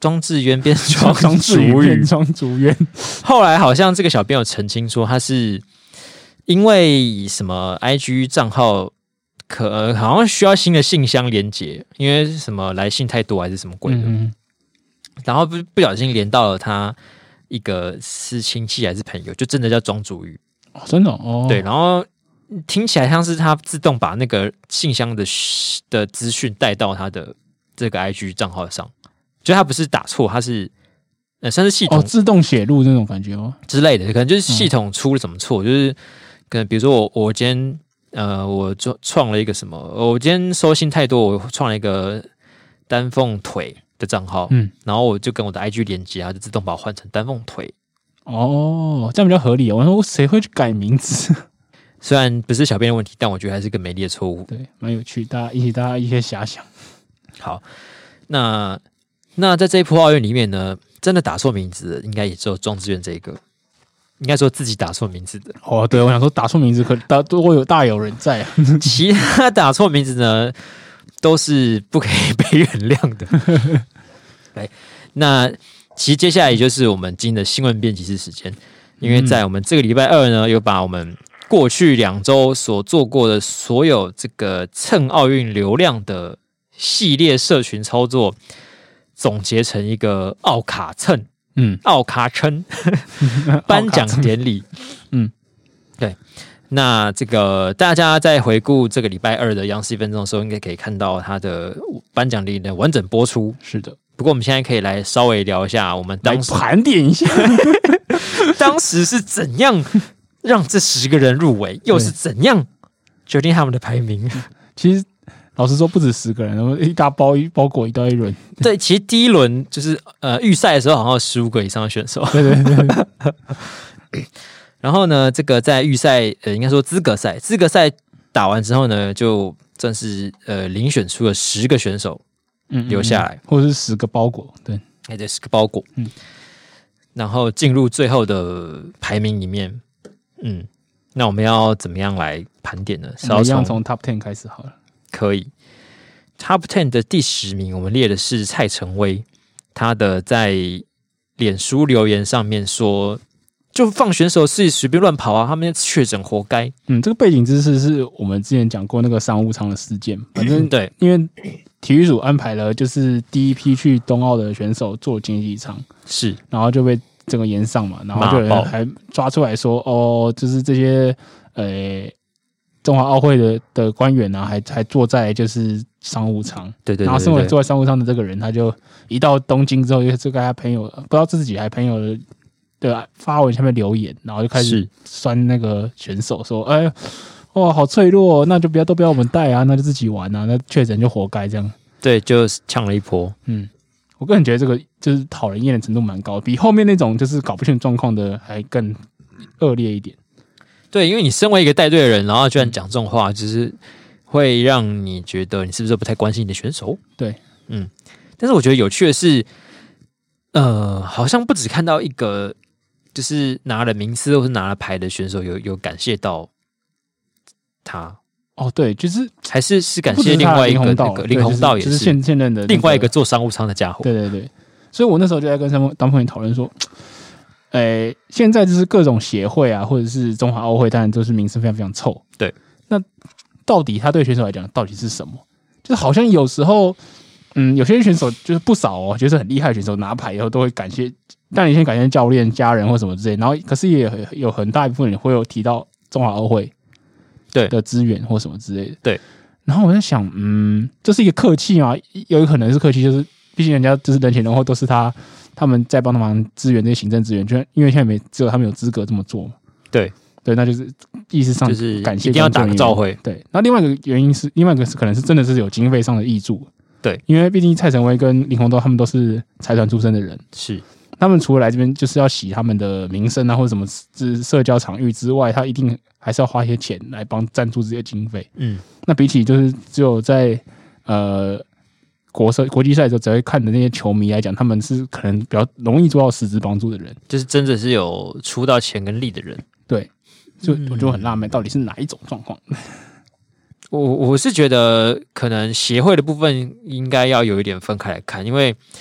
庄智渊变庄庄竹宇， 庄竹渊。 后来好像这个小编有澄清说，他是因为什么 I G 账号可、呃、好像需要新的信箱连结，因为什么来信太多还是什么鬼的，嗯、然后不不小心连到了他一个是亲戚还是朋友，就真的叫庄竹宇。 哦，真的哦。 对，然后听起来像是他自动把那个信箱的的资讯带到他的这个 I G 账号上。就他不是打错，他是呃，算是系统、 哦、自动写入那种感觉吗？ 之类的，可能就是系统出了什么错，嗯、就是可能比如说我我今天呃我创了一个什么，我今天收信太多，我创了一个丹凤腿的账号，嗯，然后我就跟我的 I G 连接，它就自动把我换成丹凤腿。 哦，这样比较合理。我说谁会去改名字？ 虽然不是小编的问题，但我觉得还是个美丽的错误。 对，蛮有趣，大家一起大家一些遐想。 好，那。那在这一波奥运里面呢，真的打错名字的应该也只有庄智渊这一个，应该说自己打错名字的。 哦，对，我想说打错名字可大都会有大有人在、啊， 其他打错名字呢都是不可以被原谅的。对，那其实接下来也就是我们今天的新闻编辑室时间，因为在我们这个礼拜二呢，有把我们过去两周所做过的所有这个蹭奥运流量的系列社群操作。总结成一个奥卡蹭，嗯，奥卡称颁奖典礼，嗯，对。那这个大家在回顾这个礼拜二的央视一分钟的时候，应该可以看到它的颁奖典礼的完整播出。 是的， 不过我们现在可以来稍微聊一下，我们当时盘点一下， 当时是怎样让这十个人入围，又是怎样决定他们的排名。 其实。老实说，不止十个人，然后一大包一包裹一到一轮。 对，其实第一轮就是呃预赛的时候，好像有十五个以上的选手。 对对对。 然后呢，这个在预赛呃，应该说资格赛，资格赛打完之后呢，就算是呃遴选出了十个选手留下来， 嗯嗯嗯或者是十个包裹。对， 哎对，十个包裹。嗯。然后进入最后的排名里面，嗯，那我们要怎么样来盘点呢？ 我们一样从 Top Ten 开始好了。 可以 ，Top Ten 的第十名，我们列的是蔡成威，他的在脸书留言上面说，就放选手自己随便乱跑啊，他们确诊活该。 嗯，这个背景知识是我们之前讲过那个商务舱的事件，反正对， 因为体育署安排了就是第一批去冬奥的选手坐经济舱， 是， 然后就被整个延上嘛，然后就有人还抓出来说，哦，就是这些呃。中华奥会的的官员啊，还还坐在就是商务舱， 对 对, 对, 对, 对， 然后身为坐在商务舱的这个人，他就一到东京之后，就跟他朋友不知道自己还朋友的的发文下面留言，然后就开始酸那个选手说：“哎，哇，好脆弱、哦，那就不要都不要我们带啊，那就自己玩啊，那确诊就活该这样。” 对，就呛了一波。 嗯，我个人觉得这个就是讨人厌的程度蛮高，比后面那种就是搞不清状况的还更恶劣一点。 对，因为你身为一个带队的人，然后居然讲这种话，就是会让你觉得你是不是不太关心你的选手？ 对， 嗯。但是我觉得有趣的是，呃，好像不只看到一个就是拿了名次或是拿了牌的选手有有感谢到他。 哦，对，就是还是是感谢另外一个那个林鸿道，也是现现任的、那個、另外一个坐商务舱的家伙。 对对对，所以我那时候就在跟当朋友讨论说。诶，现在就是各种协会啊，或者是中华奥会，当然都是名声非常非常臭。 对， 那到底他对选手来讲，到底是什么？就是好像有时候，嗯，有些选手就是不少哦，就是很厉害的选手拿牌以后都会感谢，但你先感谢教练、家人或什么之类，然后可是也有很大一部分人会有提到中华奥会对的资源或什么之类的。 对， 然后我在想，嗯，这是一个客气吗？有一可能是客气，就是毕竟人家就是人前人后都是他。他们在帮他们支援这些行政资源，就因为现在没只有他们有资格这么做嘛。 对对，那就是意思上就是感谢， 一定要打个照会。 对，那另外一个原因是，另外一个是可能是真的是有经费上的挹注。 对， 因为毕竟蔡成威跟林鸿道他们都是财团出身的人， 是他们除了来这边就是要洗他们的名声啊，或者什么社交场域之外，他一定还是要花一些钱来帮赞助这些经费。嗯，那比起就是只有在呃。国赛国际赛的时候，只会看的那些球迷来讲，他们是可能比较容易做到实质帮助的人， 就是真的是有出到钱跟力的人。 对，就我就很纳闷，到底是哪一种状况？ 我我是觉得可能协会的部分应该要有一点分开来看，因为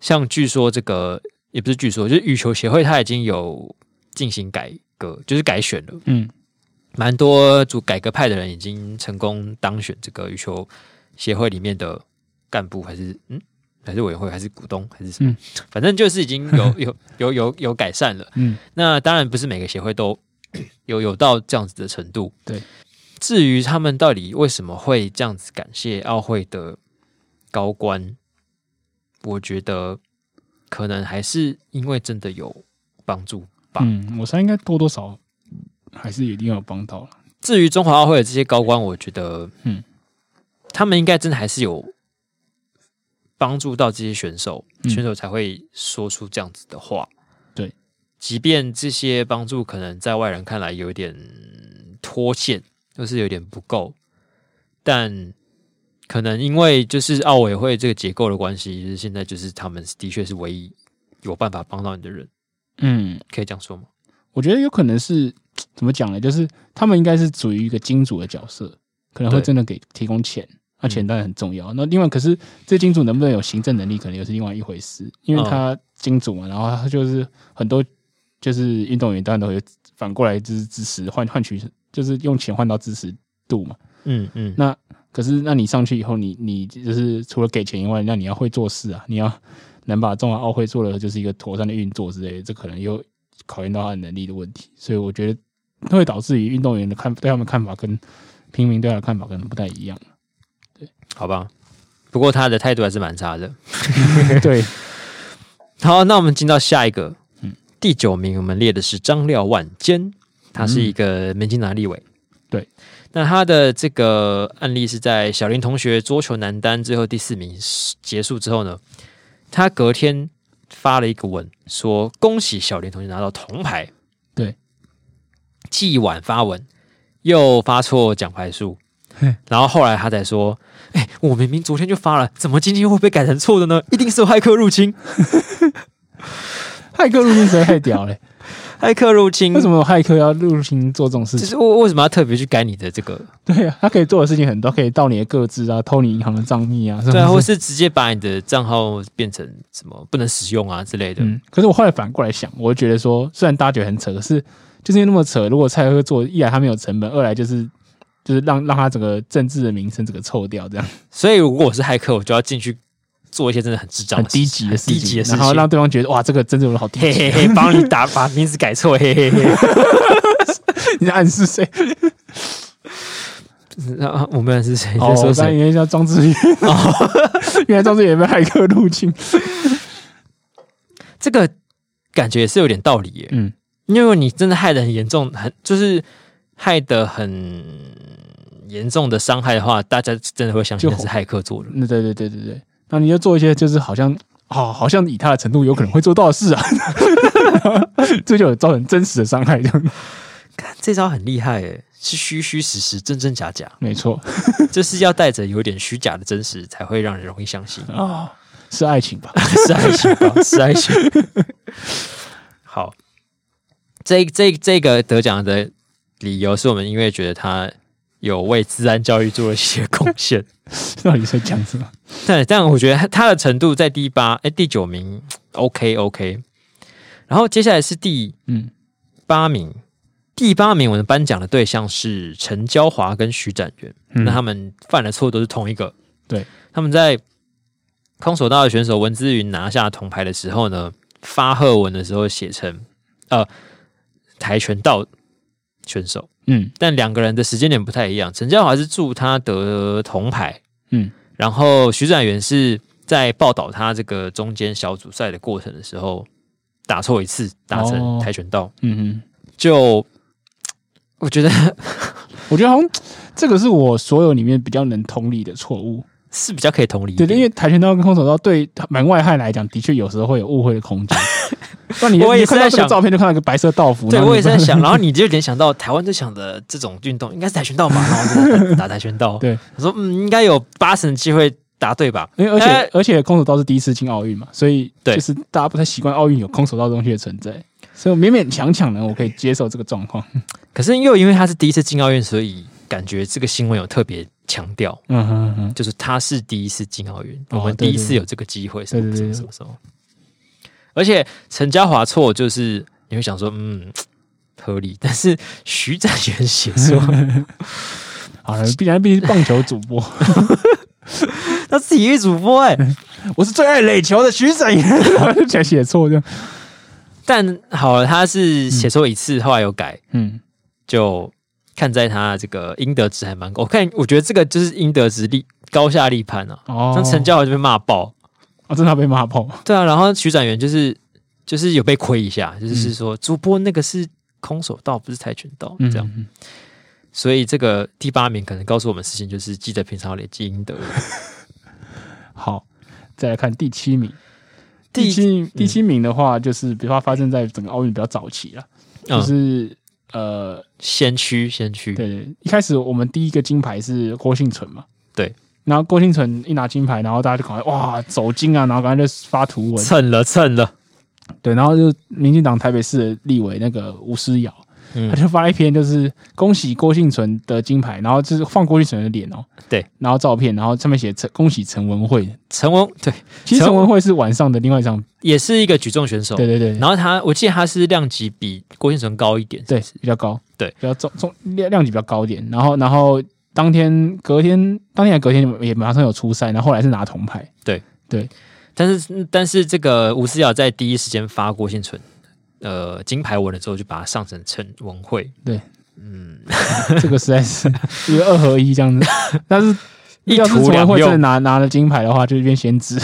像据说这个也不是据说，就是羽球协会它已经有进行改革，就是改选了。嗯，蛮多主改革派的人已经成功当选这个羽球协会里面的干部，还是嗯还是委员会，还是股东，还是什么？嗯、反正就是已经有有有有有改善了。嗯，那当然不是每个协会都有有到这样子的程度。 对。 至于他们到底为什么会这样子感谢奥会的高官，我觉得可能还是因为真的有帮助吧。 嗯，我猜应该多多少还是一定要有帮到。 至于中华奥会的这些高官，我觉得，嗯，他们应该真的还是有帮助到这些选手，嗯、选手才会说出这样子的话。 对， 即便这些帮助可能在外人看来有点脱线。就是有点不够，但可能因为就是奥委会这个结构的关系，就是现在就是他们的确是唯一有办法帮到你的人。嗯，可以这样说吗？ 我觉得有可能是怎么讲呢？就是他们应该是属于一个金主的角色，可能会真的给提供钱，那、啊、钱当然很重要。那另外，可是这金主能不能有行政能力，可能又是另外一回事，因为他金主嘛，然后他就是很多就是运动员当然都会反过来支支持换换取。就是用钱换到支持度嘛，嗯嗯，那可是那你上去以后你，你你就是除了给钱以外，那你要会做事啊，你要能把中华奥会做的就是一个妥善的运作之类的，这可能又考验到他的能力的问题，所以我觉得会导致于运动员的看对他们看法跟平民对他的看法可能不太一样。对， 好吧，不过他的态度还是蛮差的。 对， 好，那我们进到下一个，嗯，第九名我们列的是张廖万坚。他是一个民进党立委，嗯、 对。 那他的这个案例是在小林同学桌球男单最后第四名结束之后呢，他隔天发了一个文，说恭喜小林同学拿到铜牌。 对。 继晚发文，又发错奖牌数，然后后来他才说：“哎、欸，我明明昨天就发了，怎么今天会被改成错的呢？一定是有骇客入侵。” 骇客入侵实在太屌了。 骇客入侵， 为什么骇客要入侵做这种事情？ 就是为什么要特别去改你的这个？ 对啊，他可以做的事情很多，可以盗你的个资啊，偷你银行的账密啊， 对啊，或是直接把你的账号变成什么不能使用啊之类的。 嗯，可是我后来反过来想，我就觉得说，虽然大家觉得很扯，可是就是因为那么扯，如果骇客做，一来他没有成本，二来就是就是让让他整个政治的名声整个臭掉这样。 所以如果我是骇客，我就要进去。做一些真的很智障、 很低级的事情， 低级的事情， 然后让对方觉得哇，这个真的好低级， 嘿嘿嘿，帮你打把名字改错，嘿嘿嘿。 你在暗示谁？ 我没有暗示谁。 哦，我刚以为叫庄智渊，原来庄智渊被骇客入侵。 这个感觉也是有点道理耶，嗯，因为你真的害得很严重，很就是害得很严重的伤害的话，大家真的会相信那是骇客做的。 对对对对对，那你就做一些就是好像哦，好像以他的程度有可能会做到的事啊，这就有造成真实的伤害。这样， 看这招很厉害耶，是虚虚实实、真真假假， 没错， 就是要带着有点虚假的真实，才会让人容易相信啊、 哦。是爱情吧？ 是爱情吧？是爱情。好，这这这个得奖的理由是我们因为觉得他有为自然教育做了一些贡献。 到底在讲什么？ 对，但我觉得他的程度在第八、哎第九名 ，OK OK。然后接下来是第嗯八名，第八名我们颁奖的对象是陈娇华跟徐展元、嗯，那他们犯的错都是同一个。 对， 他们在空手道的选手文姿云拿下铜牌的时候呢，发贺文的时候写成呃跆拳道选手，嗯，但两个人的时间点不太一样。陈娇华是祝他得铜牌，嗯，然后徐展元是在报道他这个中间小组赛的过程的时候打错一次，打成跆拳道，哦、嗯哼，就我觉得， 我觉得好像这个是我所有里面比较能同理的错误。 是比较可以同理， 对，因为跆拳道跟空手道对门外汉来讲，的确有时候会有误会的空间。那你我也是在想，照片就看到一个白色道服， 对我也是在想，然后你就联想到台湾最强的这种运动应该是跆拳道吧？然后就打跆拳道， 对， 我说嗯，应该有八成的机会答对吧？ 因为而且、欸、而且空手道是第一次进奥运嘛，所以就是大家不太习惯奥运有空手道东西的存在，所以我勉勉强强呢，我可以接受这个状况。 可是又因为他是第一次进奥运，所以感觉这个新闻有特别强调，嗯哼哼，就是他是第一次进奥运，哦、我们第一次有这个机会，什么什么什么什么。而且陈嘉华错就是你会想说，嗯，合理，但是徐展元写错， 好了，必然毕竟是棒球主播， 他是体育主播哎、欸， 我是最爱垒球的徐展元，就写错这样。 但好了，他是写错一次，嗯、后来有改，嗯，就看在他这个应得值还蛮高。我看，我觉得这个就是应得值立高下立判啊。哦，像陈嘉华就被骂爆。 啊，真的被骂爆。 对啊，然后徐展元就是就是有被亏一下，就是说、嗯、主播那个是空手道，不是跆拳道，这样。嗯嗯，所以这个第八名可能告诉我们事情，就是记得平常累积应得。 好，再来看第七名。第七、嗯、第七名的话，就是比如说发生在整个奥运比较早期了，嗯、就是呃先驱先驱。 对对，一开始我们第一个金牌是郭婞淳嘛， 对。 然后郭婞淳一拿金牌，然后大家就赶快哇走金啊，然后赶快就发图文， 蹭了蹭了， 对，然后就民进党台北市的立委那个吴思瑶，嗯、他就发了一篇，就是恭喜郭婞淳的金牌，然后就是放郭婞淳的脸哦， 对， 然后照片，然后上面写恭喜陈文慧， 陈文对， 其实陈文慧是晚上的另外一场， 也是一个举重选手， 对对对， 然后他我记得他是量级比郭婞淳高一点， 对，比较高， 对， 比较重重量量级比较高一点，然后然后。当天、隔天、当天还隔天也马上有出赛，然后后来是拿铜牌。 对对， 但是但是这个吴思瑶在第一时间发郭婞淳呃金牌文了之后，就把它上成陈文慧。 对，嗯，这个实在是一个二合一这样子。但是一要是陈文慧真的拿拿了金牌的话，就变先知。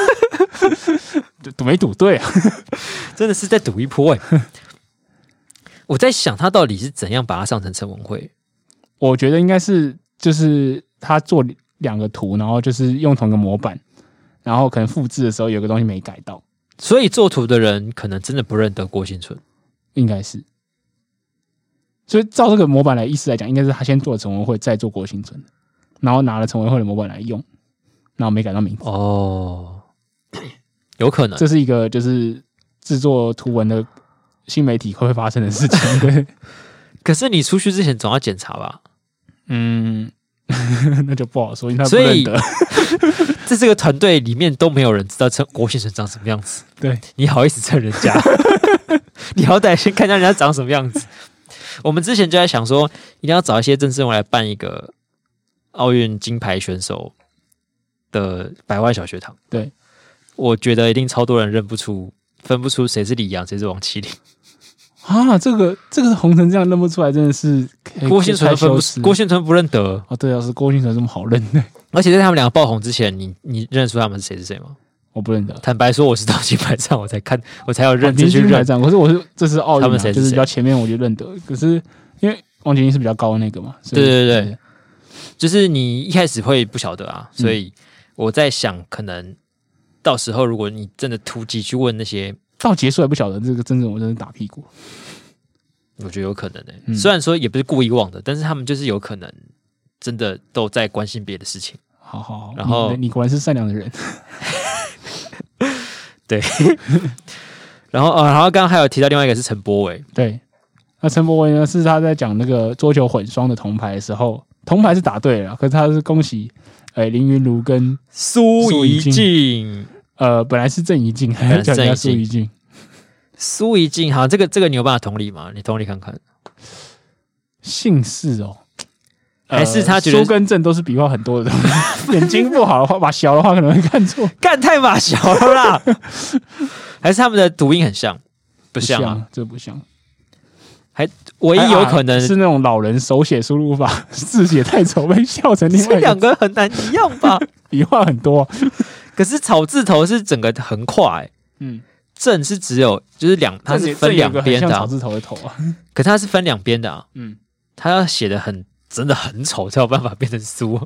赌没赌对啊？ 真的是在赌一波哎、欸！我在想他到底是怎样把它上成陈文慧？ 我觉得应该是。就是他做两个图，然后就是用同一个模板，然后可能复制的时候有个东西没改到， 所以做图的人可能真的不认得郭婞淳， 应该是。所以照这个模板来意思来讲，应该是他先做了陈文慧，再做郭婞淳，然后拿了陈文慧的模板来用，然后没改到名字。 哦，有可能， 这是一个就是制作图文的新媒体会发生的事情。对， 可是你出去之前总要检查吧？ 嗯，那就不好说，因为他不认得。 在这个团队里面都没有人知道郭婞淳长什么样子。 对， 你好意思蹭人家？你好歹先看一下人家长什么样子。我们之前就在想说，一定要找一些政治人物来办一个奥运金牌选手的百万小学堂。 对， 我觉得一定超多人认不出、分不出谁是李洋，谁是王麒麟。 啊，这个这个红成这样认不出来，真的是郭婞淳分不郭婞淳不认得哦。对啊，是郭婞淳这么好认的。 而且在他们两个爆红之前，你你认得出他们是谁是谁吗？ 我不认得。 坦白说，我是到金牌战我才看，我才有认真去认。 金牌战，可是我是这是奥运、啊， 他们谁就是比较前面我就认得。可是因为王麒麟是比较高的那个嘛， 对对对对，就是你一开始会不晓得啊，所以我在想，可能到时候如果你真的突击去问那些， 到结束还不晓得这个真正我真的打屁股。 我觉得有可能诶、欸嗯，虽然说也不是故意忘的，但是他们就是有可能真的都在关心别的事情。 好好好， 然后你, 你果然是善良的人。 对，然后呃，然后刚刚还有提到另外一个是陈柏惟， 对，那陈柏惟呢是他在讲那个桌球混双的铜牌的时候，铜牌是打对了，可是他是恭喜哎、欸、林昀儒跟苏怡静， 呃，本来是郑怡静，还是叫人家苏怡静。 苏怡静，好，这个这个你有办法同理吗？你同理看看。 姓氏哦， 还是他觉得苏跟郑都是笔画很多的东西，眼睛不好的话，把小的话可能会看错， 干太马小了啦。还是他们的读音很像，不像啊， 这不像。 还唯一有可能、 啊、是那种老人手写输入法，字写太丑被笑成另外一个。 这两个很难一样吧？ 笔画很多， 可是草字头是整个横跨、欸，嗯。正是只有就是两，它是分两边的、啊， 草字头的头啊。 可它是分两边的啊，嗯，它要写的很真的很丑，才有办法变成苏。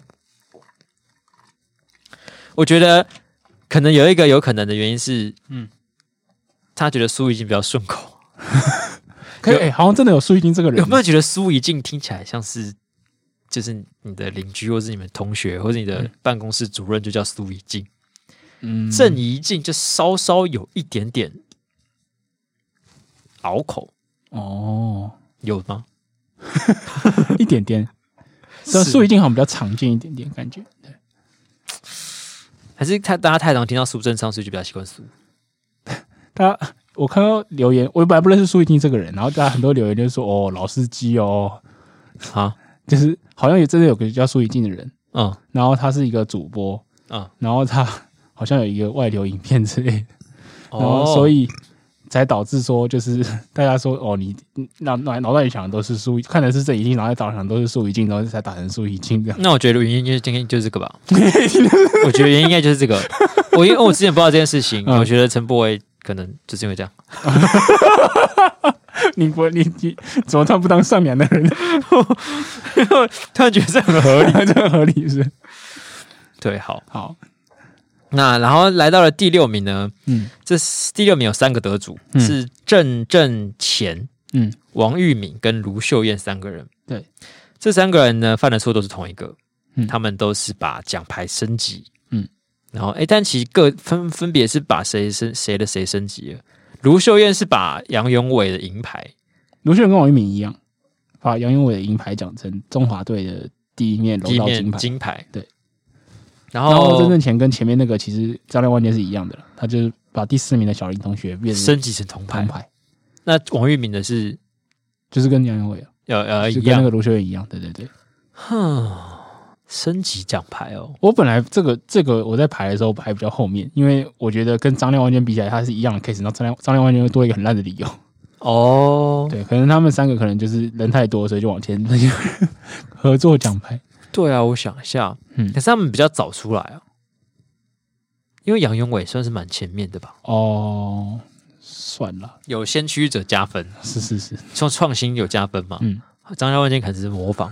我觉得可能有一个有可能的原因是，嗯，他觉得苏怡静比较顺口。 可以、欸，好像真的有苏怡静这个人， 有没有觉得苏怡静听起来像是就是你的邻居，或是你们同学，或是你的办公室主任就叫苏怡静？嗯，郑怡静就稍稍有一点点拗口哦， 有吗？ 一点点， 所以苏怡静好像比较常见一点点感觉。对， 还是太大家太常听到苏贞昌，所以就比较习惯苏。 大家我看到留言，我本来不认识苏怡静这个人，然后大家很多留言就是说哦老司机哦， 啊， 就是好像也真的有个叫苏怡静的人， 嗯， 然后他是一个主播， 嗯， 然后他好像有一个外流影片之类的， 哦、 然后所以才导致说就是大家说哦你脑脑脑袋里想的都是苏，看的是郑怡静，脑袋导想都是苏怡静，然后才打成苏怡静这样。 那我觉得原因就是今天就是这个吧，我觉得原因应该就是这个。我因为我之前不知道这件事情，嗯、我觉得陈柏惟可能就是因为这样。 你不你你怎么突然不当上梁的人？ 突然觉得这很合理， 这很合理是？ 对，好， 好。 那然后来到了第六名呢， 嗯， 这第六名有三个得主，嗯、是郑正乾、嗯、王玉敏跟卢秀燕三个人。 对， 这三个人呢犯的错都是同一个， 嗯、 他们都是把奖牌升级。 嗯， 然后哎，但其实各分分别是把谁升谁的谁升级了。卢秀燕是把杨永伟的银牌， 卢秀燕跟王玉敏一样，把杨永伟的银牌讲成中华队的第一面柔道金牌。 金牌对。 然后, 然后郑正乾跟前面那个其实张亮万年是一样的了，他就是把第四名的小林同学变成升级成铜牌。 铜牌。 那王玉敏的是就是跟杨永伟呃呃一样，跟那个卢秀燕一样，对对对。 哼，升级奖牌哦。 我本来这个这个我在排的时候排比较后面，因为我觉得跟张亮万年比起来，他是一样的 case， 然后张亮张亮万年又多一个很烂的理由。 哦， 对，可能他们三个可能就是人太多，所以就往前合作奖牌。 对啊，我想一下，嗯，可是他们比较早出来啊，因为杨永伟算是蛮前面的吧？ 哦，算了， 有先驱者加分， 是是是， 创创新有加分嘛？嗯，张家万金可能只是模仿，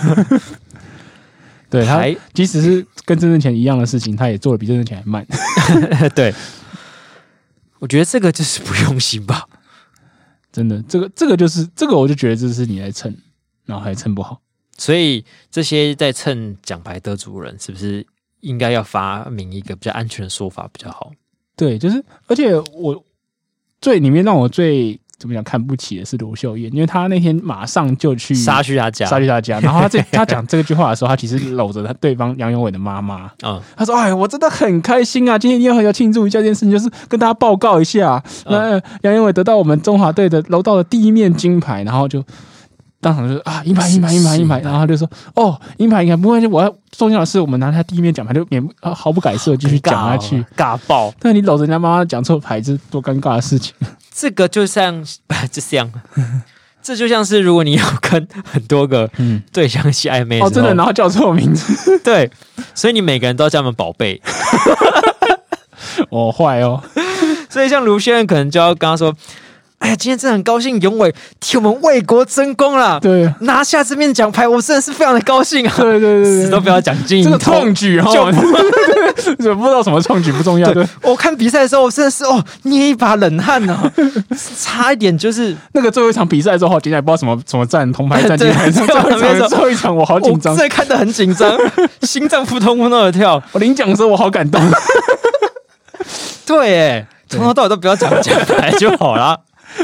对他即使是跟郑正乾一样的事情，他也做的比郑正乾还慢。 对，我觉得这个就是不用心吧， 真的，这个这个就是这个，我就觉得这是你来蹭，然后还蹭不好。 所以这些在蹭奖牌得主人，是不是应该要发明一个比较安全的说法比较好？ 对，就是而且我最里面让我最怎么讲看不起的是卢秀燕，因为她那天马上就去杀去他家， 杀去他家，然后他这他讲这句话的时候，他其实搂着他对方杨永伟的妈妈，嗯，他说：“哎，我真的很开心啊，今天一定要庆祝一下这件事情，就是跟大家报告一下，那杨永伟得到我们中华队的柔道的第一面金牌，然后就。”当场就啊，银牌，银牌，银牌，银牌，然后他就说：“哦，银牌，银牌，不关系，我要重要的是，我们拿他第一面奖牌，就免啊毫不改色继续讲下去， 尬爆。 但你搂着人家妈妈讲错牌子，多尴尬的事情。 这个就像，就像，这就像是如果你要跟很多个对象一起暧昧， 哦，真的，然后叫错名字， 对，所以你每个人都要叫他们宝贝。 哦，坏哦， 所以像卢先生可能就要跟他说。”哎呀，今天真的很高兴，永伟替我们为国争光了。 对， 拿下这面奖牌，我真的是非常的高兴啊！ 对对对对， 死都不要讲金银这个创举哈，就不知道什么创举不重要。对， 我看比赛的时候，我真的是哦，捏一把冷汗啊，差一点就是那个最后一场比赛之后，接下来不知道什么什么战铜牌战金牌战，最后一场最后一场我好紧张， 我真的看得很紧张，心脏扑通扑通的跳。 我领奖的时候我好感动。 对，哎，从头到尾都不要讲奖牌就好了。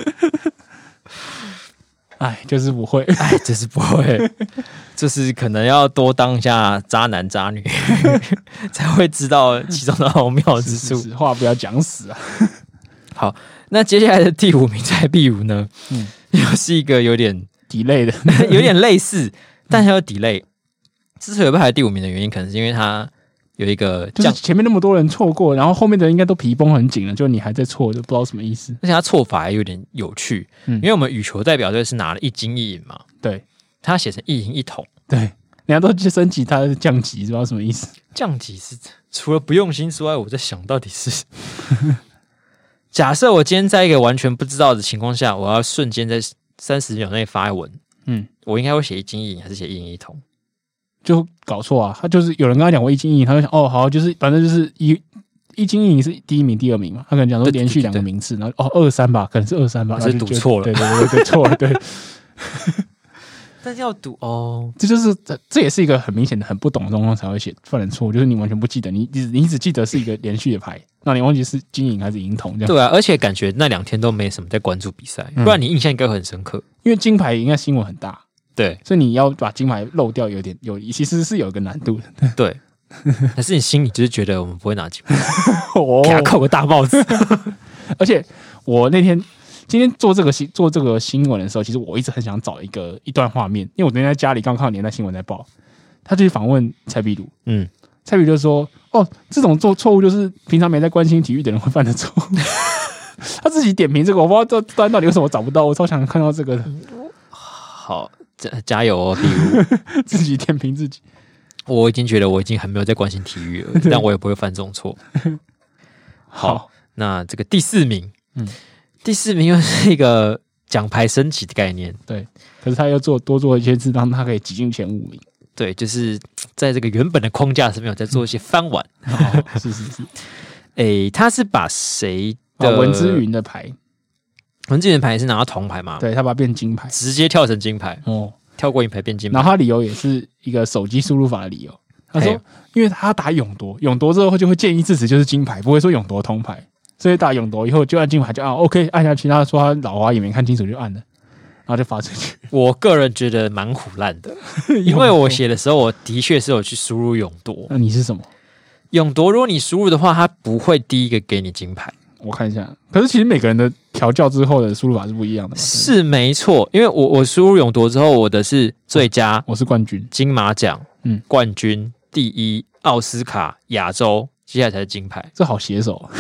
哎，就是不会， 哎，就是不会，就是可能要多当一下渣男渣女，才会知道其中的奥妙之处。 是是话不要讲死啊！ 好，那接下来的第五名在第五呢，嗯，又是一个有点 delay 的， 有点类似，但还有 delay。之所以被排第五名的原因，可能是因为他。有一个， 就是前面那么多人错过，然后后面的人应该都皮绷很紧了，就你还在错，就不知道什么意思。 而且他错法还有点有趣，嗯、因为我们羽球代表队是拿了一金一银嘛， 对， 他写成一银一铜， 对，人家都去升级，他是降级，不知道什么意思。 降级是除了不用心之外，我在想到底是，假设我今天在一个完全不知道的情况下，我要瞬间在三十秒内发文，嗯，我应该会写一金一银还是写一银一铜？ 就搞错啊！他就是有人跟他讲过一金一银，他就想哦好，就是反正就是一一金一银是第一名、第二名嘛。他可能讲说连续两个名次，然后哦二三吧，可能是二三吧， 是赌错了， 对对对对错了，对。 但是要赌哦， 这就是这这也是一个很明显的很不懂的状况才会写犯的错误，就是你完全不记得，你你你只记得是一个连续的牌，那你忘记是金银还是银铜这样。 对啊，而且感觉那两天都没什么在关注比赛，嗯、不然你印象应该会很深刻。 因为金牌应该新闻很大。 对， 所以你要把金牌漏掉，有点有其实是有一个难度的。 对，可是你心里就是觉得我们不会拿金牌，给他扣个大帽子。 而且我那天今天做这个新做这个新闻的时候，其实我一直很想找一个一段画面，因为我昨天在家里刚看到年代新闻在报，他就去访问蔡壁如，嗯，蔡壁如就说：“哦，这种做错误就是平常没在关心体育的人会犯的错误。”他自己点评这个，我不知道这单到底为什么找不到，我超想看到这个的。 好，加加油哦，壁如自己点评自己。 我已经觉得我已经很没有在关心体育了，但我也不会犯这种错。好，好那这个第四名，嗯，第四名又是一个奖牌升级的概念， 对。可是他又做多做一些字，让他可以挤进前五名。 对，就是在这个原本的框架上面有在做一些翻玩。 嗯哦、是是是。 诶，他是把谁？ 哦、文之云的牌， 文之云的牌是拿到铜牌嘛？ 对，他把它变金牌， 直接跳成金牌哦，跳过银牌变金牌。 然后他理由也是一个手机输入法的理由，他说，因为他打永夺，永夺之后就会建议自此就是金牌，不会说永夺铜牌，所以打永夺以后就按金牌就按 OK 按下去。他说他老花也没看清楚就按了，然后就发出去。 我个人觉得蛮唬烂的，因为我写的时候我的确是有去输入永夺。 那你是什么？ 永夺，如果你输入的话，他不会第一个给你金牌。 我看一下，可是其实每个人的调教之后的输入法是不一样的嘛？ 是没错，因为我我输入永夺之后，我的是最佳， 我是冠军、 金马奖、嗯，冠军、第一、奥斯卡、亚洲，接下来才是金牌。 这好写手，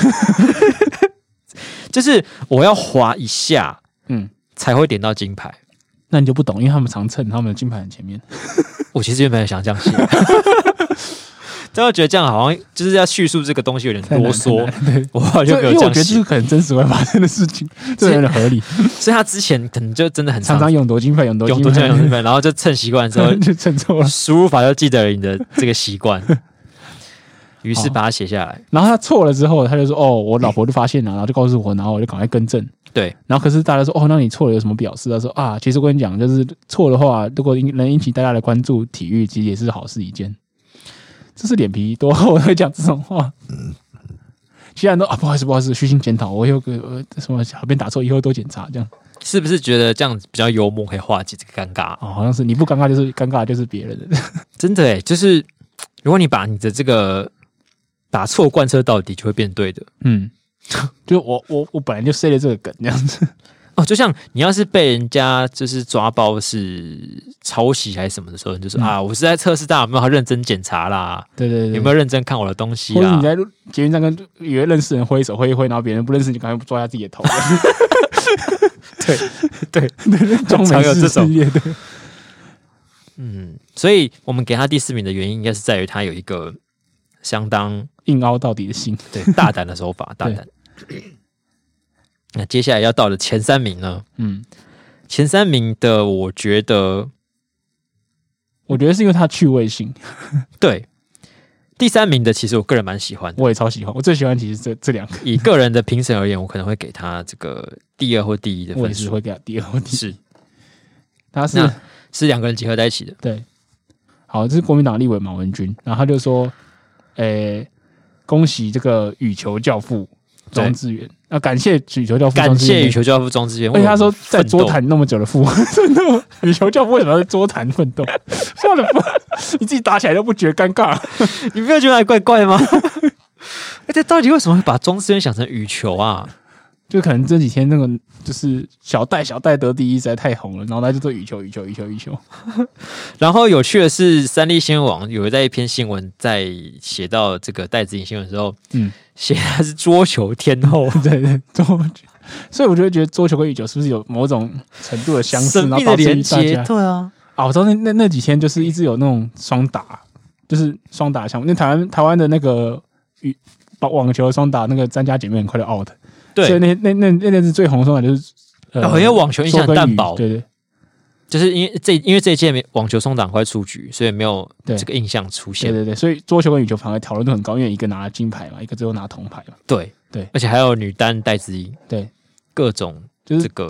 就是我要滑一下，嗯，才会点到金牌。 那你就不懂，因为他们常蹭他们的金牌很前面。 我其实原本想这样写。但我觉得这样好像就是要叙述这个东西有点啰嗦，我好像没有这样写。因为我觉得这是可能真实会发生的事情，这有点合理。 所以他之前可能就真的很常常勇夺金牌，勇夺金牌，勇夺金牌，然后就蹭习惯之后就蹭错了， 输入法就记得了你的这个习惯，于是把它写下来。 然后他错了之后，他就说：“哦，我老婆就发现了，然后就告诉我，然后我就赶快更正。” 对。 然后可是大家说：“哦，那你错了有什么表示？”他说：“啊，其实我跟你讲，就是错的话，如果能引起大家的关注，体育其实也是好事一件。”这是脸皮多厚会讲这种话？其他人都啊，不好意思，不好意思，虚心检讨，我有个呃什么小便打错，以后多检查，这样是不是觉得这样子比较幽默，可以化解这个尴尬？ 哦，好像是你不尴尬就是尴尬就是别人的， 真的哎，就是如果你把你的这个打错贯彻到底，就会变对的。嗯， 就我我我本来就塞了这个梗这样子。 哦，就像你要是被人家就是抓包是抄袭还是什么的时候，你就说、嗯、啊，我是在测试大家有没有认真检查啦， 对对对， 有没有认真看我的东西啦？ 或者你在捷运站跟以为认识人挥手挥一挥，然后别人不认识你，赶快抓一下自己的头。 对对对，装没事系列的。 嗯，所以我们给他第四名的原因，应该是在于他有一个相当硬凹到底的心， 对，大胆的手法，大胆。那接下来要到的前三名呢？嗯，前三名的，我觉得， 我觉得是因为它趣味性。 对，第三名的其实我个人蛮喜欢的， 我也超喜欢。我最喜欢其实这这两个。 以个人的评审而言，我可能会给他这个第二或第一的分数。 我也是会给他第二或第一。 是， 他是是两个人结合在一起的。 对，好，这是国民党立委马文君，然后他就说：“诶、欸，恭喜这个羽球教父。”庄智渊啊，感谢羽球教父， 感谢羽球教父庄智渊。 而且他说，在桌坛那么久的父，真的羽球教父为什么要在桌坛奋斗？算了，你自己打起来都不觉得尴尬， 你不要觉得还怪怪吗？而且到底为什么会把庄智渊想成羽球啊？ 就可能这几天那个就是小戴小戴得第一实在太红了，然后他就做羽球羽球羽球羽球。 然后有趣的是，三立新闻网有在一篇新闻在写到这个戴资颖新闻的时候，嗯，写他是桌球天后， 对对，桌球。所以我就会觉得桌球跟羽球是不是有某种程度的相似， 神秘的连接？对啊， 啊，我知道那那那几天就是一直有那种双打，就是双打项目。那台湾台湾的那个羽网球双打那个詹家姐妹很快就 out。 对， 所以那那那那那是最红双打，就是呃，因为网球影响淡薄， 对对， 就是因为这因为这一届网球双打快出局，所以没有这个印象出现。 对对对，所以桌球跟羽球反而讨论度很高，因为一个拿金牌嘛，一个最后拿铜牌嘛。 对对，而且还有女单戴资颖， 对， 各种就是这个讨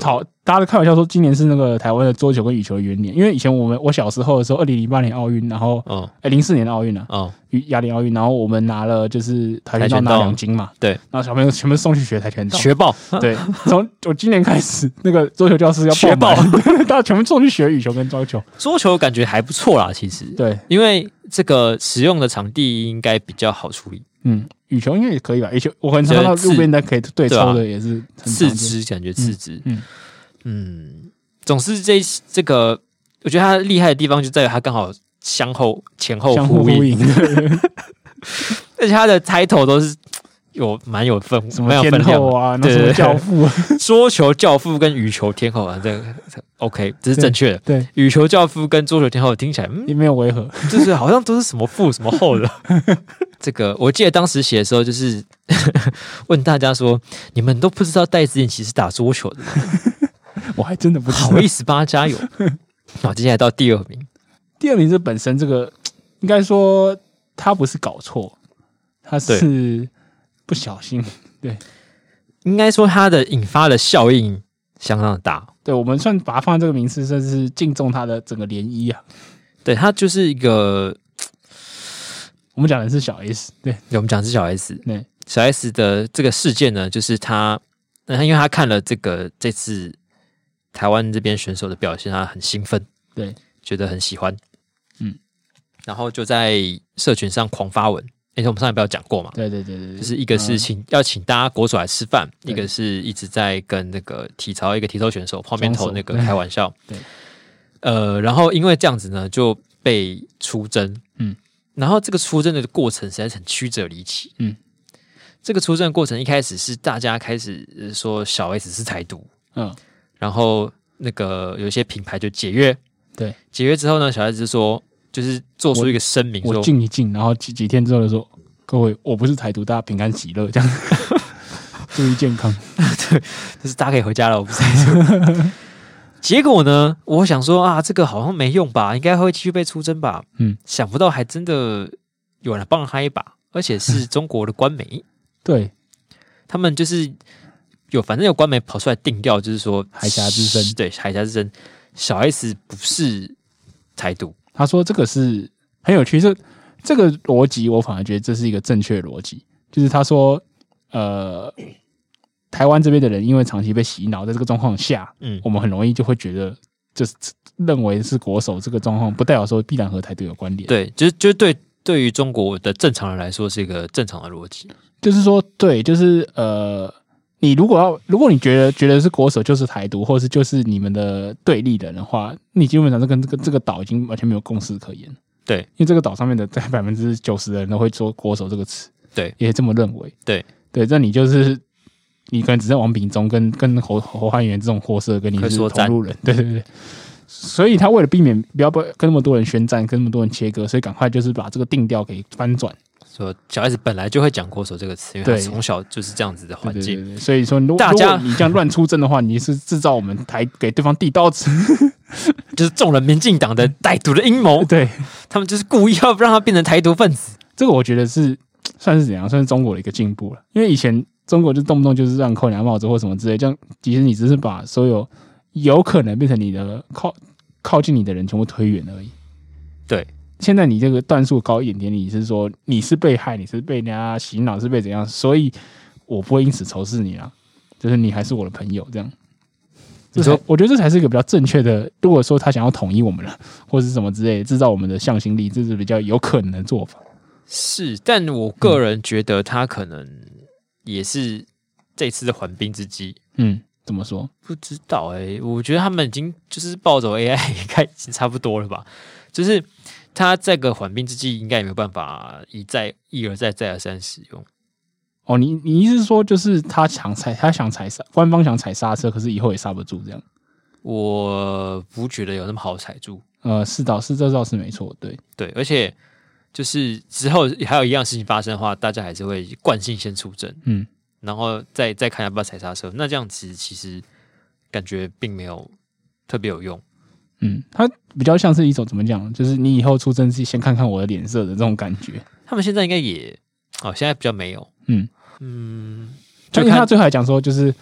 大家都开玩笑说，今年是那个台湾的桌球跟羽球的元年，因为以前我们我小时候的时候，二零零八年奥运，然后哦，哎零四年的奥运啊，哦，雅典奥运，然后我们拿了就是跆拳道拿两金嘛， 对， 然后小朋友全部送去学跆拳道， 学爆， 对，从我今年开始，那个桌球教室要学爆， 大家全部送去学羽球跟桌球， 桌球感觉还不错啦，其实， 对， 因为这个使用的场地应该比较好处理， 嗯。羽球应该也可以吧？羽球我很常看到路边的可以对抽的，也是四肢，感觉四肢。嗯 嗯, 嗯，总是这这个，我觉得它厉害的地方就在于它刚好相后前后呼应，而且它的 title 都是有蛮有分， 什么天后啊，那什么教父， 桌球教父跟羽球天后啊，这个 OK， 这是正确的。 对， 羽球教父跟桌球天后听起来也、嗯、没有违和， 就是好像都是什么父什么后的。这个我记得当时写的时候，就是问大家说：“你们都不知道戴资颖其实打桌球的吗？” 我还真的不知道， 好意思帮他加油。好，接下来到第二名。 第二名这本身这个应该说他不是搞错，他是不小心。对， 应该说他的引发的效应相当的大。 对，我们算把它放在这个名次，算是敬重他的整个涟漪啊。 对，他就是一个。 我们讲的是小 S， 对， 对我们讲的是小 S， 对， 小 S 的这个事件呢，就是他，那因为他看了这个这次台湾这边选手的表现，他很兴奋， 对， 觉得很喜欢，嗯，然后就在社群上狂发文。哎、欸，我们上一不要讲过嘛？ 对对对对， 就是一个是请、嗯、要请大家国手来吃饭，一个是一直在跟那个体操一个体操选手泡面头那个开玩笑， 对， 呃，然后因为这样子呢，就被出征，嗯。然后这个出征的过程实在是很曲折离奇。嗯，这个出征的过程一开始是大家开始说小 S 是台独，嗯，然后那个有一些品牌就解约， 对， 解约之后呢，小 S 就说就是做出一个声明， 我静一静，然后几几天之后就说各位，我不是台独，大家平安喜乐，这样注意健康， 对，就是大家可以回家了，我不是台独。结果呢？我想说啊，这个好像没用吧，应该会继续被出征吧。嗯，想不到还真的有人帮了他一把，而且是中国的官媒。 对， 他们就是有，反正有官媒跑出来定调，就是说海峡之声， 对，海峡之声，小 S 不是台独。 他说这个是很有趣，这这个逻辑，我反而觉得这是一个正确的逻辑，就是他说，呃。台湾这边的人因为长期被洗脑，在这个状况下，嗯，我们很容易就会觉得，就是认为是国手这个状况，不代表说必然和台独有关联。 对，就是就是对对于中国的正常人来说，是一个正常的逻辑。 就是说，对，就是呃，你如果要，如果你觉得觉得是国手就是台独，或是就是你们的对立人的话，你基本上是跟这个这个岛已经完全没有共识可言。 对， 因为这个岛上面的在百分之九十的人都会说国手这个词， 对， 也这么认为。 对对，这你就是。你可能只剩王炳忠跟跟侯侯汉元这种货色跟你是同路人，对对对，所以他为了避免不要跟那么多人宣战，跟那么多人切割，所以赶快就是把这个定调给翻转。 说小 S 本来就会讲国手这个词，因为他从小就是这样子的环境， 对对对对，所以说如大家如果你这样乱出征的话，你是制造我们台给对方递刀子， 就是中了民进党的歹毒的阴谋， 对他们就是故意要让他变成台独分子。 这个我觉得是算是怎样，算是中国的一个进步了，因为以前。中国就动不动就是让扣你帽子或什么之类，这样其实你只是把所有有可能变成你的靠靠近你的人全部推远而已。 对， 现在你这个段数高一点点，你是说你是被害，你是被人家洗脑，是被怎样？所以我不会因此仇视你啦，就是你还是我的朋友这样。你说，我觉得这才是一个比较正确的。如果说他想要统一我们了，或者是什么之类的，制造我们的向心力，这是比较有可能的做法。 是，但我个人觉得他可能。也是这次的缓兵之计。 嗯，怎么说？ 不知道哎、欸，我觉得他们已经就是抱走 A I， 应该已经差不多了吧？就是他这个缓兵之计，应该也没有办法一再一而再再而三使用。 哦，你你意思是说，就是他想踩，他想踩刹，官方想踩刹车，可是以后也刹不住这样？ 我不觉得有那么好踩住。 呃，是倒是这倒是没错，对对，而且。就是之后还有一样事情发生的话，大家还是会惯性先出征，嗯，然后再再看要不要踩刹车。那这样子其实感觉并没有特别有用， 嗯，它比较像是一种怎么讲，就是你以后出征是先看看我的脸色的这种感觉。 他们现在应该也哦，现在比较没有，嗯嗯， 就因为他最后还讲说，就是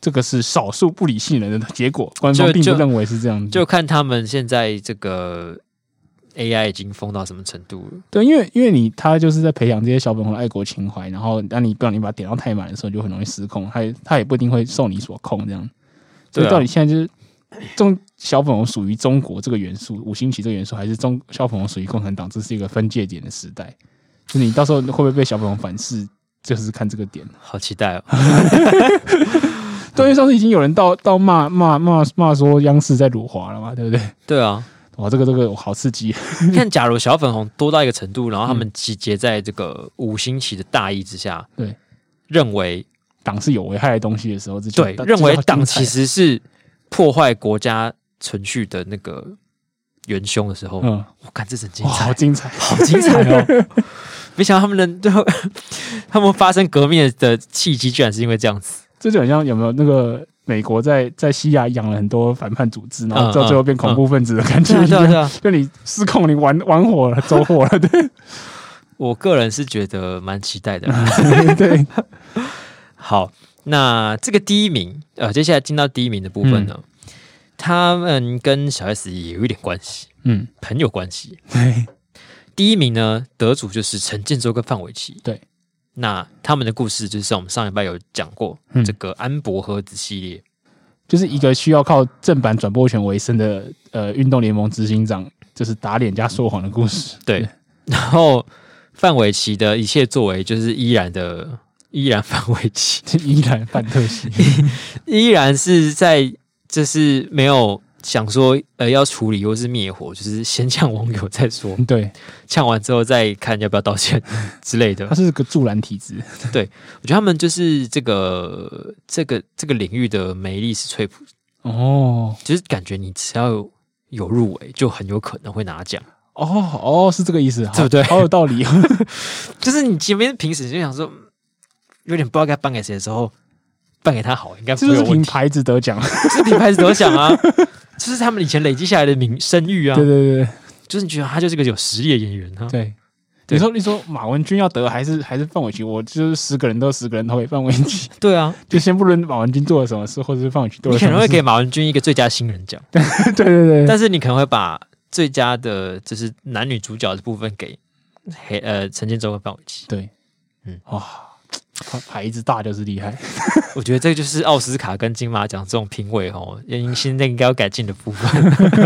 这个是少数不理性人的结果，官方并不认为是这样子。 就, 就看他们现在这个 A I 已经疯到什么程度了。 对，因为因为你他就是在培养这些小粉红的爱国情怀，然后当你不让你把它点到太满的时候，就很容易失控，他他也不一定会受你所控这样。所以到底现在就是中小粉红属于中国这个元素，五星旗这个元素，还是中小粉红属于共产党？这是一个分界点的时代。就你到时候会不会被小粉红反噬，就是看这个点。 好期待哦！ 对，因为上次已经有人到到骂骂骂骂说央视在辱华了嘛，对不对？ 对啊， 哇，这个这个好刺激！ 你看，假如小粉红多到一个程度，然后他们集结在这个五星旗的大义之下， 对， 认为党是有危害的东西的时候， 对，认为党其实是破坏国家存续的那个元凶的时候，嗯，我看这很精彩， 好精彩， 好精彩哦！没想到他们能，他们发生革命的契机，居然是因为这样子。 这就很像有没有那个美国在在西亚养了很多反叛组织，然后到最后变恐怖分子的感觉一样， 对啊对啊， 就你失控，你玩玩火了，走火了。对， 我个人是觉得蛮期待的。 对， 好，那这个第一名，呃，接下来进到第一名的部分呢，嗯、他们跟小 S 也有一点关系，嗯，朋友关系。 对， 第一名呢，得主就是陈建州跟范玮琪。 对。 那他们的故事就是我们上礼拜有讲过，嗯、这个安博盒子系列， 就是一个需要靠正版转播权为生的呃运动联盟执行长，就是打脸加说谎的故事。 对，对然后范玮琪的一切作为就是依然的，依然范玮琪， 依然范特西， 依然是在就是没有想说呃要处理或是灭火，就是先呛网友再说。 对， 呛完之后再看要不要道歉之类的。 他是个助燃体质。 对，我觉得他们就是这个这个这个领域的梅丽史翠普哦，就是感觉你只要有有入围，就很有可能会拿奖。 哦哦，是这个意思， 对不对？ 好有道理。 就是你前面平时就想说，有点不知道该颁给谁的时候，颁给他好，应该不会有问题。 这就是凭牌子得奖， 是凭牌子得奖啊。就是他们以前累积下来的名声誉啊， 对对对， 就是你觉得他就是个有实力的演员啊。 对，你说你说马文君要得还是还是范玮琪？我就是十个人都十个人投给范玮琪。 对啊， 就先不论马文君做了什么事，或者是范玮琪做了什么事， 你可能会给马文君一个最佳新人奖。 对对对， 但是你可能会把最佳的就是男女主角的部分给黑呃陈建州跟范玮琪。 对，嗯，哇。牌子大就是厉害， 我觉得这个就是奥斯卡跟金马奖这种评委哦，现在应该要改进的部分。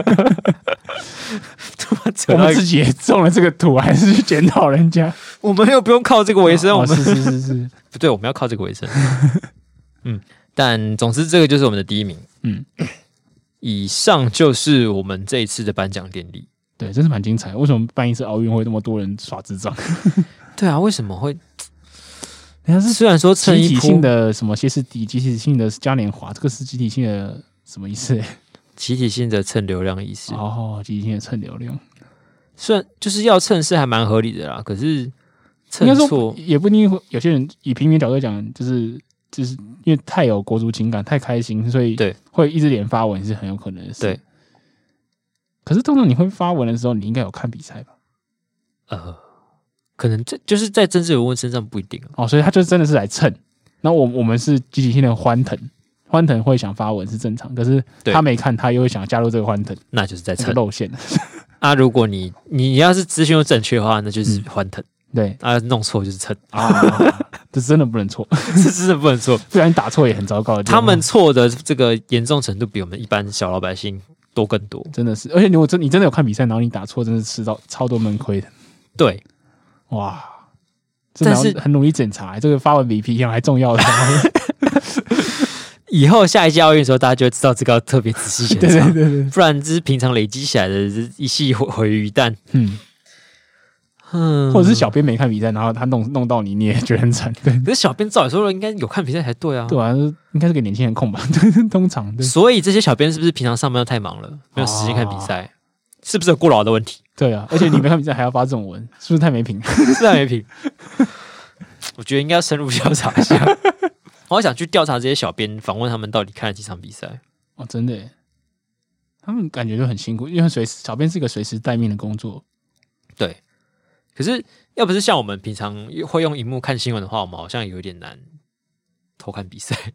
我们自己也中了这个土，还是去检讨人家？ 我们又不用靠这个为生， 哦、 我们是是是是， 不对，我们要靠这个为生。嗯，但总之这个就是我们的第一名。嗯，以上就是我们这一次的颁奖典礼。 对，真是蛮精彩。为什么办一次奥运会那么多人耍智障？ 对啊，为什么会？ 人家是虽然说集体性的什么歇斯底，集体性的嘉年华，这个是集体性的什么意思？ 集体性的蹭流量意思。 哦，集体性的蹭流量， 虽然就是要蹭是还蛮合理的啦，可是蹭错也不一定会。有些人以平民角度讲，就是就是因为太有国族情感，太开心，所以对会一直连发文是很有可能的事。 对， 可是通常你会发文的时候，你应该有看比赛吧？ 呃。可能这就是在政治人物身上不一定哦，所以他就真的是来蹭。那我我们是集体性的欢腾，欢腾会想发文是正常，可是他没看，他又会想加入这个欢腾， 那就是在蹭露馅。 啊，如果你你要是资讯又正确的话，那就是欢腾。 嗯、对， 啊，弄错就是蹭啊，这真的不能错， 这真的不能错， 不然你打错也很糟糕的。 他们错的这个严重程度比我们一般小老百姓多更多， 真的是。而且如果真你真的有看比赛，然后你打错，真的是吃到超多闷亏的。 对。 哇！但是很努力检查，这个发文比 P M 还重要的。 以后下一届奥运的时候，大家就会知道这个要特别仔细检查， 对对对对， 不然就是平常累积起来的一系毁于一旦。嗯嗯，或者是小编没看比赛，然后他弄弄到你，你也觉得很惨。对， 可是小编照理说应该有看比赛才对啊。 对啊，应该是给年轻人控吧？通常对。 所以这些小编是不是平常上班太忙了，没有时间看比赛？啊是不是有过劳的问题？ 对啊，而且你没看比赛还要发这种文，是不是太没品？ 是太没品。我觉得应该要深入调查一下。我好想去调查这些小编，访问他们到底看了几场比赛。 哦，真的耶，他们感觉就很辛苦，因为随时小编是一个随时待命的工作。 对，可是要不是像我们平常会用荧幕看新闻的话，我们好像有点难偷看比赛。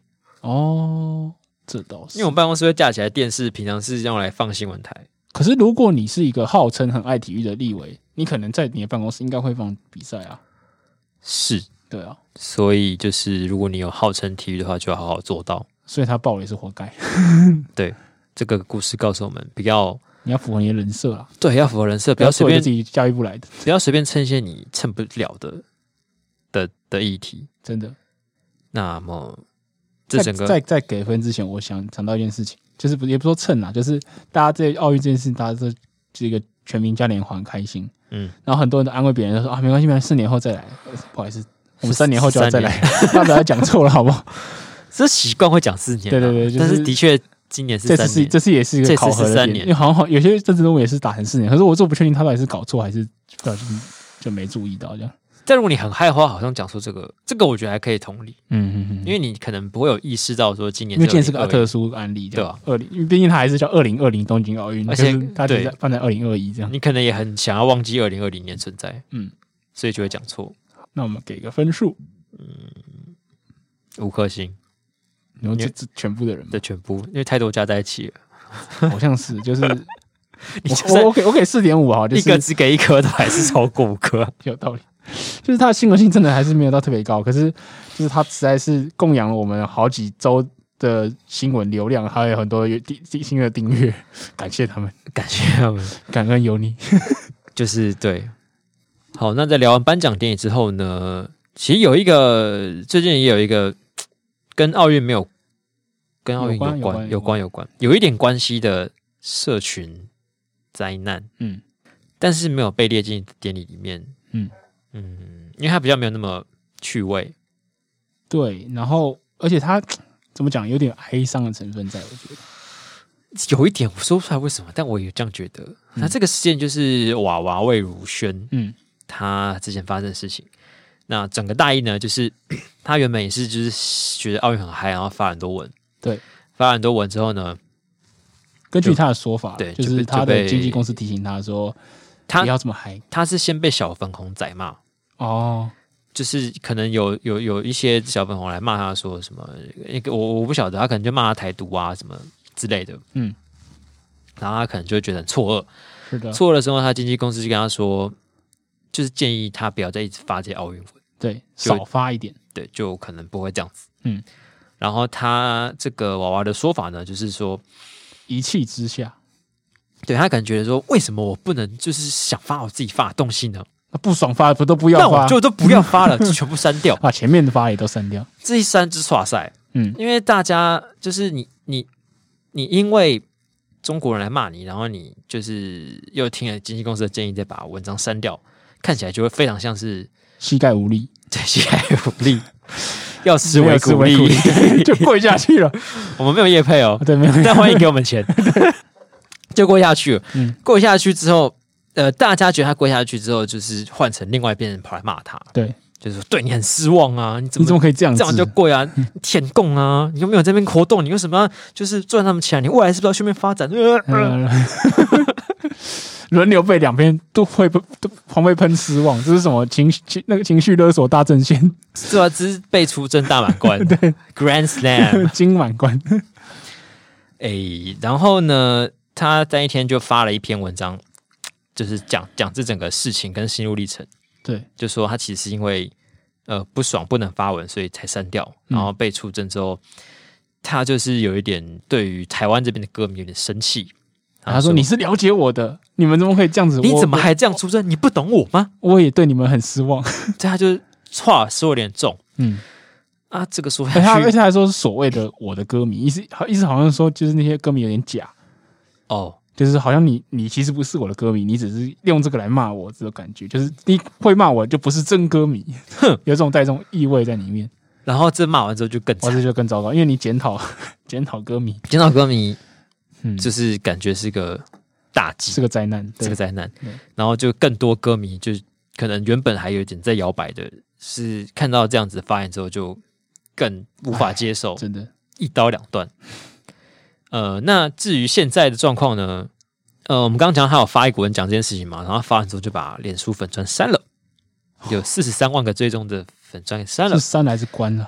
哦，这倒是， 因为我们办公室会架起来电视，平常是用来放新闻台。 可是如果你是一个号称很爱体育的立委，你可能在你的办公室应该会放比赛啊。 是， 对啊， 所以就是如果你有号称体育的话，就要好好做到。 所以他爆了也是活该。 对，这个故事告诉我们，不要你要符合你的人设啊。 对，要符合人设， 不要随便自己教育不来的， 不要随便蹭一些你蹭不了的的的议题。 真的。 那么，这整个在在给分之前，我想想到一件事情。就是不也不说蹭啦，就是大家在奥运这件事，大家都这个全民嘉年华很开心，嗯，然后很多人都安慰别人说啊，没关系，没关系，四年后再来，不好意思，我们三年后就要再来，大家讲错了好不好？ 这习惯会讲四年， 对对对，就是、 但是的确今年是三年， 这次这次也是一个考核的三年， 因为好像好有些政治人物也是打成四年，可是我这不确定他到底是搞错还是不小心就没注意到这样。 但如果你很害怕，好像讲出这个，这个我觉得还可以同理， 嗯嗯嗯， 因为你可能不会有意识到说今年， 因为今年是个特殊案例，对吧？二零，因为毕竟它还是叫二零二零东京奥运，而且它就是放在二零二一这样， 你可能也很想要忘记二零二零年存在，嗯，所以就会讲错。 那我们给个分数， 嗯，五颗星。 你说这这全部的人的全部，因为太多加在一起了，好像是就是。你我我给我给四点五哈， 一个只给一颗的还是超过五颗， 有道理。就是它的新闻性真的还是没有到特别高，可是就是它实在是供养了我们好几周的新闻流量，还有很多新的订阅，感谢他们， 感谢他们， 感恩有你。 就是对。好，那在聊完颁奖典礼之后呢，其实有一个最近也有一个跟奥运没有跟奥运有关有关有关有关有一点关系的社群灾难，嗯，但是没有被列进典礼里面，嗯。嗯，因为它比较没有那么趣味， 对，然后而且它怎么讲，有点哀伤的成分在，我觉得有一点，我说不出来为什么，但我也这样觉得。嗯、那这个事件就是娃娃魏如萱，嗯，她之前发生的事情。那整个大意呢，就是她原本也是就是觉得奥运很嗨，然后发很多文， 对， 发很多文之后呢， 根据她的说法，对，就是她的经纪公司提醒她说，她不要这么嗨， 她是先被小粉红仔骂。哦，就是可能有有有一些小粉红来骂他说什么，我我不晓得，他可能就骂他台独啊什么之类的，嗯，然后他可能就会觉得很错愕， 是的， 错愕的时候，他经纪公司就跟他说，就是建议他不要再一直发这些奥运文， 对，少发一点， 对，就可能不会这样子，嗯，然后他这个娃娃的说法呢，就是说一气之下， 对他感觉说，为什么我不能就是想发我自己发的东西呢？ 不爽发不都不要发， 那我就都不要发了，就全部删掉， 把前面的发也都删掉。 这一删之耍赛，嗯，因为大家就是你你你因为中国人来骂你，然后你就是又听了经纪公司的建议，再把文章删掉，看起来就会非常像是膝盖无力， 对，膝盖无力，要吃维骨力， 就跪下去了。 我们没有业配哦， 对，没有， 但欢迎给我们钱，就跪下去了。嗯，跪下去之后。呃，大家觉得他跪下去之后，就是换成另外一边人跑来骂他， 对， 就是说对你很失望啊，你怎么你怎么可以这样子？ 这样就跪啊，舔共啊，你有没有在那边活动？你为什么要就是赚他们钱？你未来是不是要去那边发展？轮、 呃、流被两边都会都黄被喷失望，这是什么情绪那个情绪勒索大阵线？ 是吧？这是被出征大满贯， 对 ，Grand Slam 金满贯。 哎、欸，然后呢，他在一天就发了一篇文章。就是讲讲这整个事情跟心路历程， 对， 就说他其实是因为呃不爽不能发文，所以才删掉，然后被出征之后，嗯、他就是有一点对于台湾这边的歌迷有点生气。 他说：“他说你是了解我的，你们怎么可以这样子？ 你怎么还这样出征？你不懂我吗？ 我也对你们很失望。” 这他就话说有点重，嗯啊，这个说下去， 他而且还说是所谓的我的歌迷，意思意思好像说就是那些歌迷有点假哦。就是好像你你其实不是我的歌迷，你只是用这个来骂我，这种感觉就是你会骂我就不是真歌迷，哼，有这种带这种意味在里面。 然后这骂完之后就更惨， 这就更糟糕，因为你检讨检讨歌迷， 检讨歌迷，嗯，就是感觉是个大忌， 是个灾难， 是个灾难。然后就更多歌迷就可能原本还有点在摇摆的，是看到这样子的发言之后就更无法接受， 真的， 一刀两断。呃，那至于现在的状况呢？呃，我们刚刚讲他有发一股文讲这件事情嘛，然后发完之后就把脸书粉专删了，有四十三万个追踪的粉专给删了， 是删了还是关了？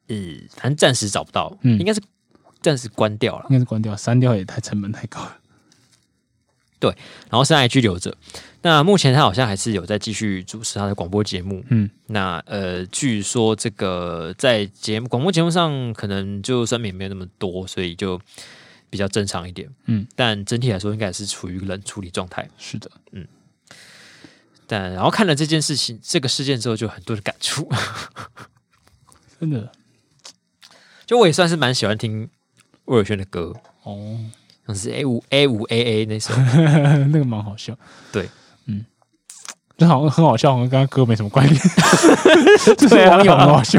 呃，反正暂时找不到，嗯，应该是暂时关掉了， 应该是关掉，删掉也太成本太高了。 对，然后剩下一句留着。那目前他好像还是有在继续主持他的广播节目，嗯，那呃，据说这个在节目广播节目上可能就声明没有那么多，所以就比较正常一点，嗯，但整体来说应该是处于冷处理状态。 是的，嗯。 但然后看了这件事情、这个事件之后，就很多的感触， 真的。 就我也算是蛮喜欢听魏如萱的歌哦， 像是 A 五 A 五 A A 那首， 那个蛮好笑。 对， 嗯，就好像很好笑，好像跟他歌没什么关联，就是网友很好笑。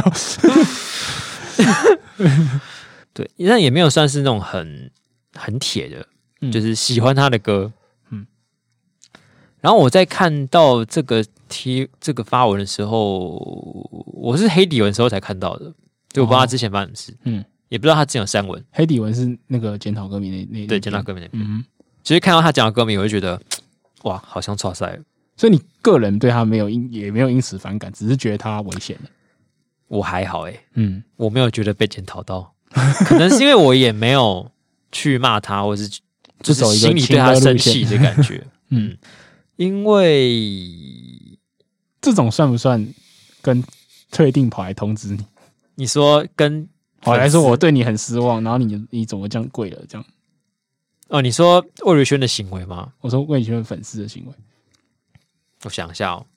对，但也没有算是那种很很铁的，嗯、就是喜欢他的歌。然后我在看到这个贴这个发文的时候，我是黑底文的时候才看到的，就我不知道他之前发生什么事，嗯，也不知道他之前有删文。 黑底文是那个检讨歌迷那那对检讨歌迷那边，嗯，其实看到他讲的歌迷，我就觉得哇，好像挫赛了。 所以你个人对他没有因也没有因此反感，只是觉得他危险。 我还好哎、欸，嗯，我没有觉得被检讨到，可能是因为我也没有去骂他，或是就是心里对他生气的感觉，嗯。因为这种算不算跟退订跑来通知你？ 你说跟跑来说我对你很失望，然后你你怎么这样跪了？这样哦？你说魏如萱的行为吗？ 我说魏如萱粉丝的行为。 我想一下哦，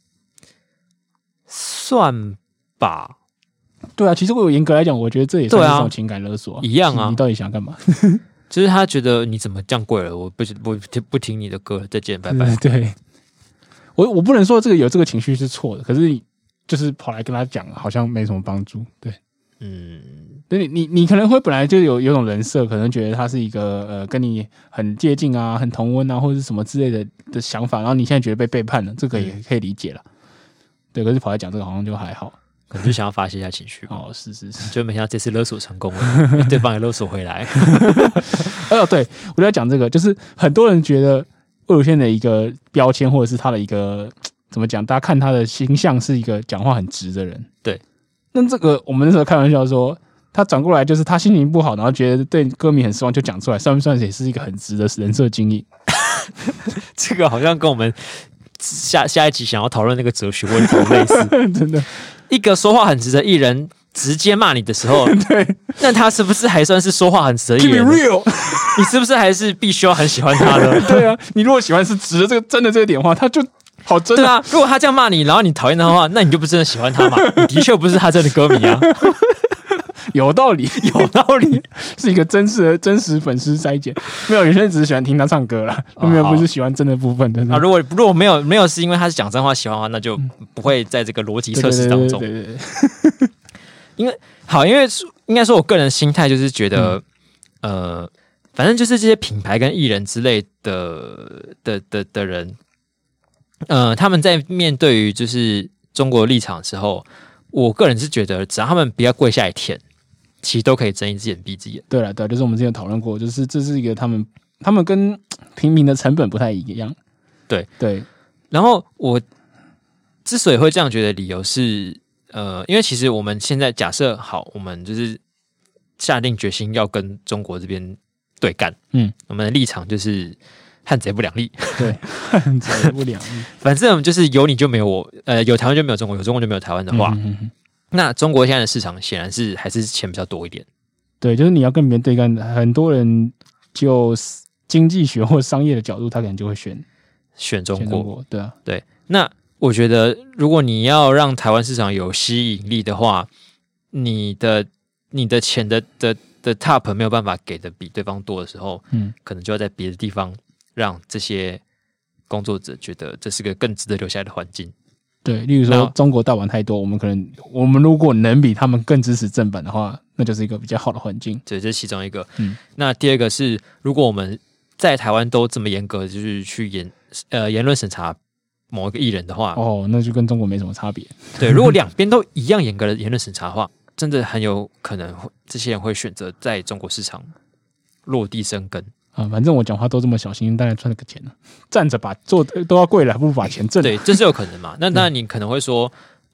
算吧。 对啊，其实我严格来讲，我觉得这也算是一种情感勒索、啊， 一样啊。 你到底想干嘛？ 就是他觉得你怎么这样跪了？我不不不听你的歌，再见，拜拜。 对。我我不能说这个有这个情绪是错的，可是你就是跑来跟他讲，好像没什么帮助。对，嗯，对，你你可能会本来就有有种人设，可能觉得他是一个呃跟你很接近啊、很同温啊，或者是什么之类的的想法，然后你现在觉得被背叛了，这个也可以理解了。对，可是跑来讲这个好像就还好， 可能就想要发泄一下情绪。 哦，是是是， 就没想到这次勒索成功了，对方也勒索回来。 哦，对，我在讲这个，就是很多人觉得魏如萱的一个标签，或者是他的一个怎么讲？大家看他的形象是一个讲话很直的人。 对， 那这个我们那时候开玩笑说，他转过来就是他心情不好，然后觉得对歌迷很失望，就讲出来，算不算也是一个很直的人设经营？ 这个好像跟我们下下一集想要讨论那个哲学问题类似。 真的， 一个说话很直的艺人直接骂你的时候， 对， 那他是不是还算是说话很直的艺人 ？Keep it real， 你是不是还是必须要很喜欢他的？ 对啊，你如果喜欢是直的这个真的这个点话，他就好真、啊。 对啊，如果他这样骂你，然后你讨厌他的话，那你就不真的喜欢他嘛？你的确不是他真的歌迷啊。 有道理， 有道理， 是一个真实的真实粉丝筛检。没有，有些人只是喜欢听他唱歌啦，哦、没有不是喜欢真的部分的。 啊，如果如果没有没有是因为他是讲真话喜欢的话，那就不会在这个逻辑测试当中。 对对 对, 对, 对, 对因为好，因为应该说，我个人心态就是觉得，嗯、呃，反正就是这些品牌跟艺人之类的的的的人，呃，他们在面对于就是中国立场的时候，我个人是觉得，只要他们不要跪下来舔。其实都可以睁一只眼闭一只眼。 对了，对，就是我们之前讨论过，就是这是一个他们他们跟平民的成本不太一样。 对对。 然后我之所以会这样觉得，理由是呃，因为其实我们现在假设好，我们就是下定决心要跟中国这边对干，嗯，我们的立场就是汉贼不两立。 对，汉贼不两立。 反正我们就是有你就没有我，呃，有台湾就没有中国，有中国就没有台湾的话。嗯哼哼，那中国现在的市场显然是还是钱比较多一点， 对，就是你要跟别人对干，很多人就经济学或商业的角度，他可能就会选选中国， 选中国对啊， 对。那我觉得，如果你要让台湾市场有吸引力的话，你的你的钱的的的 top 没有办法给的比对方多的时候，嗯，可能就要在别的地方让这些工作者觉得这是个更值得留下来的环境。 对，例如说中国盗版太多，我们可能我们如果能比他们更支持正版的话，那就是一个比较好的环境。 对，这是其中一个。嗯，那第二个是，如果我们在台湾都这么严格，就是去言呃言论审查某一个艺人的话， 哦，那就跟中国没什么差别。 对，如果两边都一样严格的言论审查的话，真的很有可能会这些人会选择在中国市场落地生根。 啊，反正我讲话都这么小心，当然赚了个钱了。站着把做都要跪了，还不如把钱挣了。 对，这是有可能嘛？那当然，你可能会说，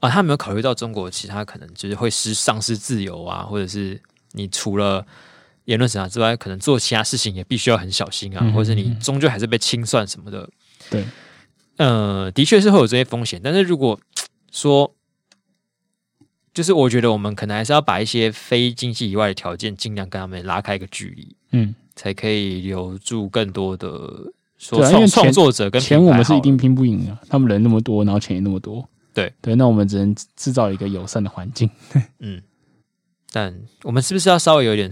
啊，他没有考虑到中国其他可能就是会失丧失自由啊，或者是你除了言论审查之外，可能做其他事情也必须要很小心啊，嗯、或者是你终究还是被清算什么的。 对， 呃，的确是会有这些风险，但是如果说，就是我觉得我们可能还是要把一些非经济以外的条件，尽量跟他们拉开一个距离，嗯，才可以留住更多的说创创作者跟钱，我们是一定拼不赢的，他们人那么多，然后钱也那么多， 对对，那我们只能制造一个友善的环境， 嗯，但我们是不是要稍微有点？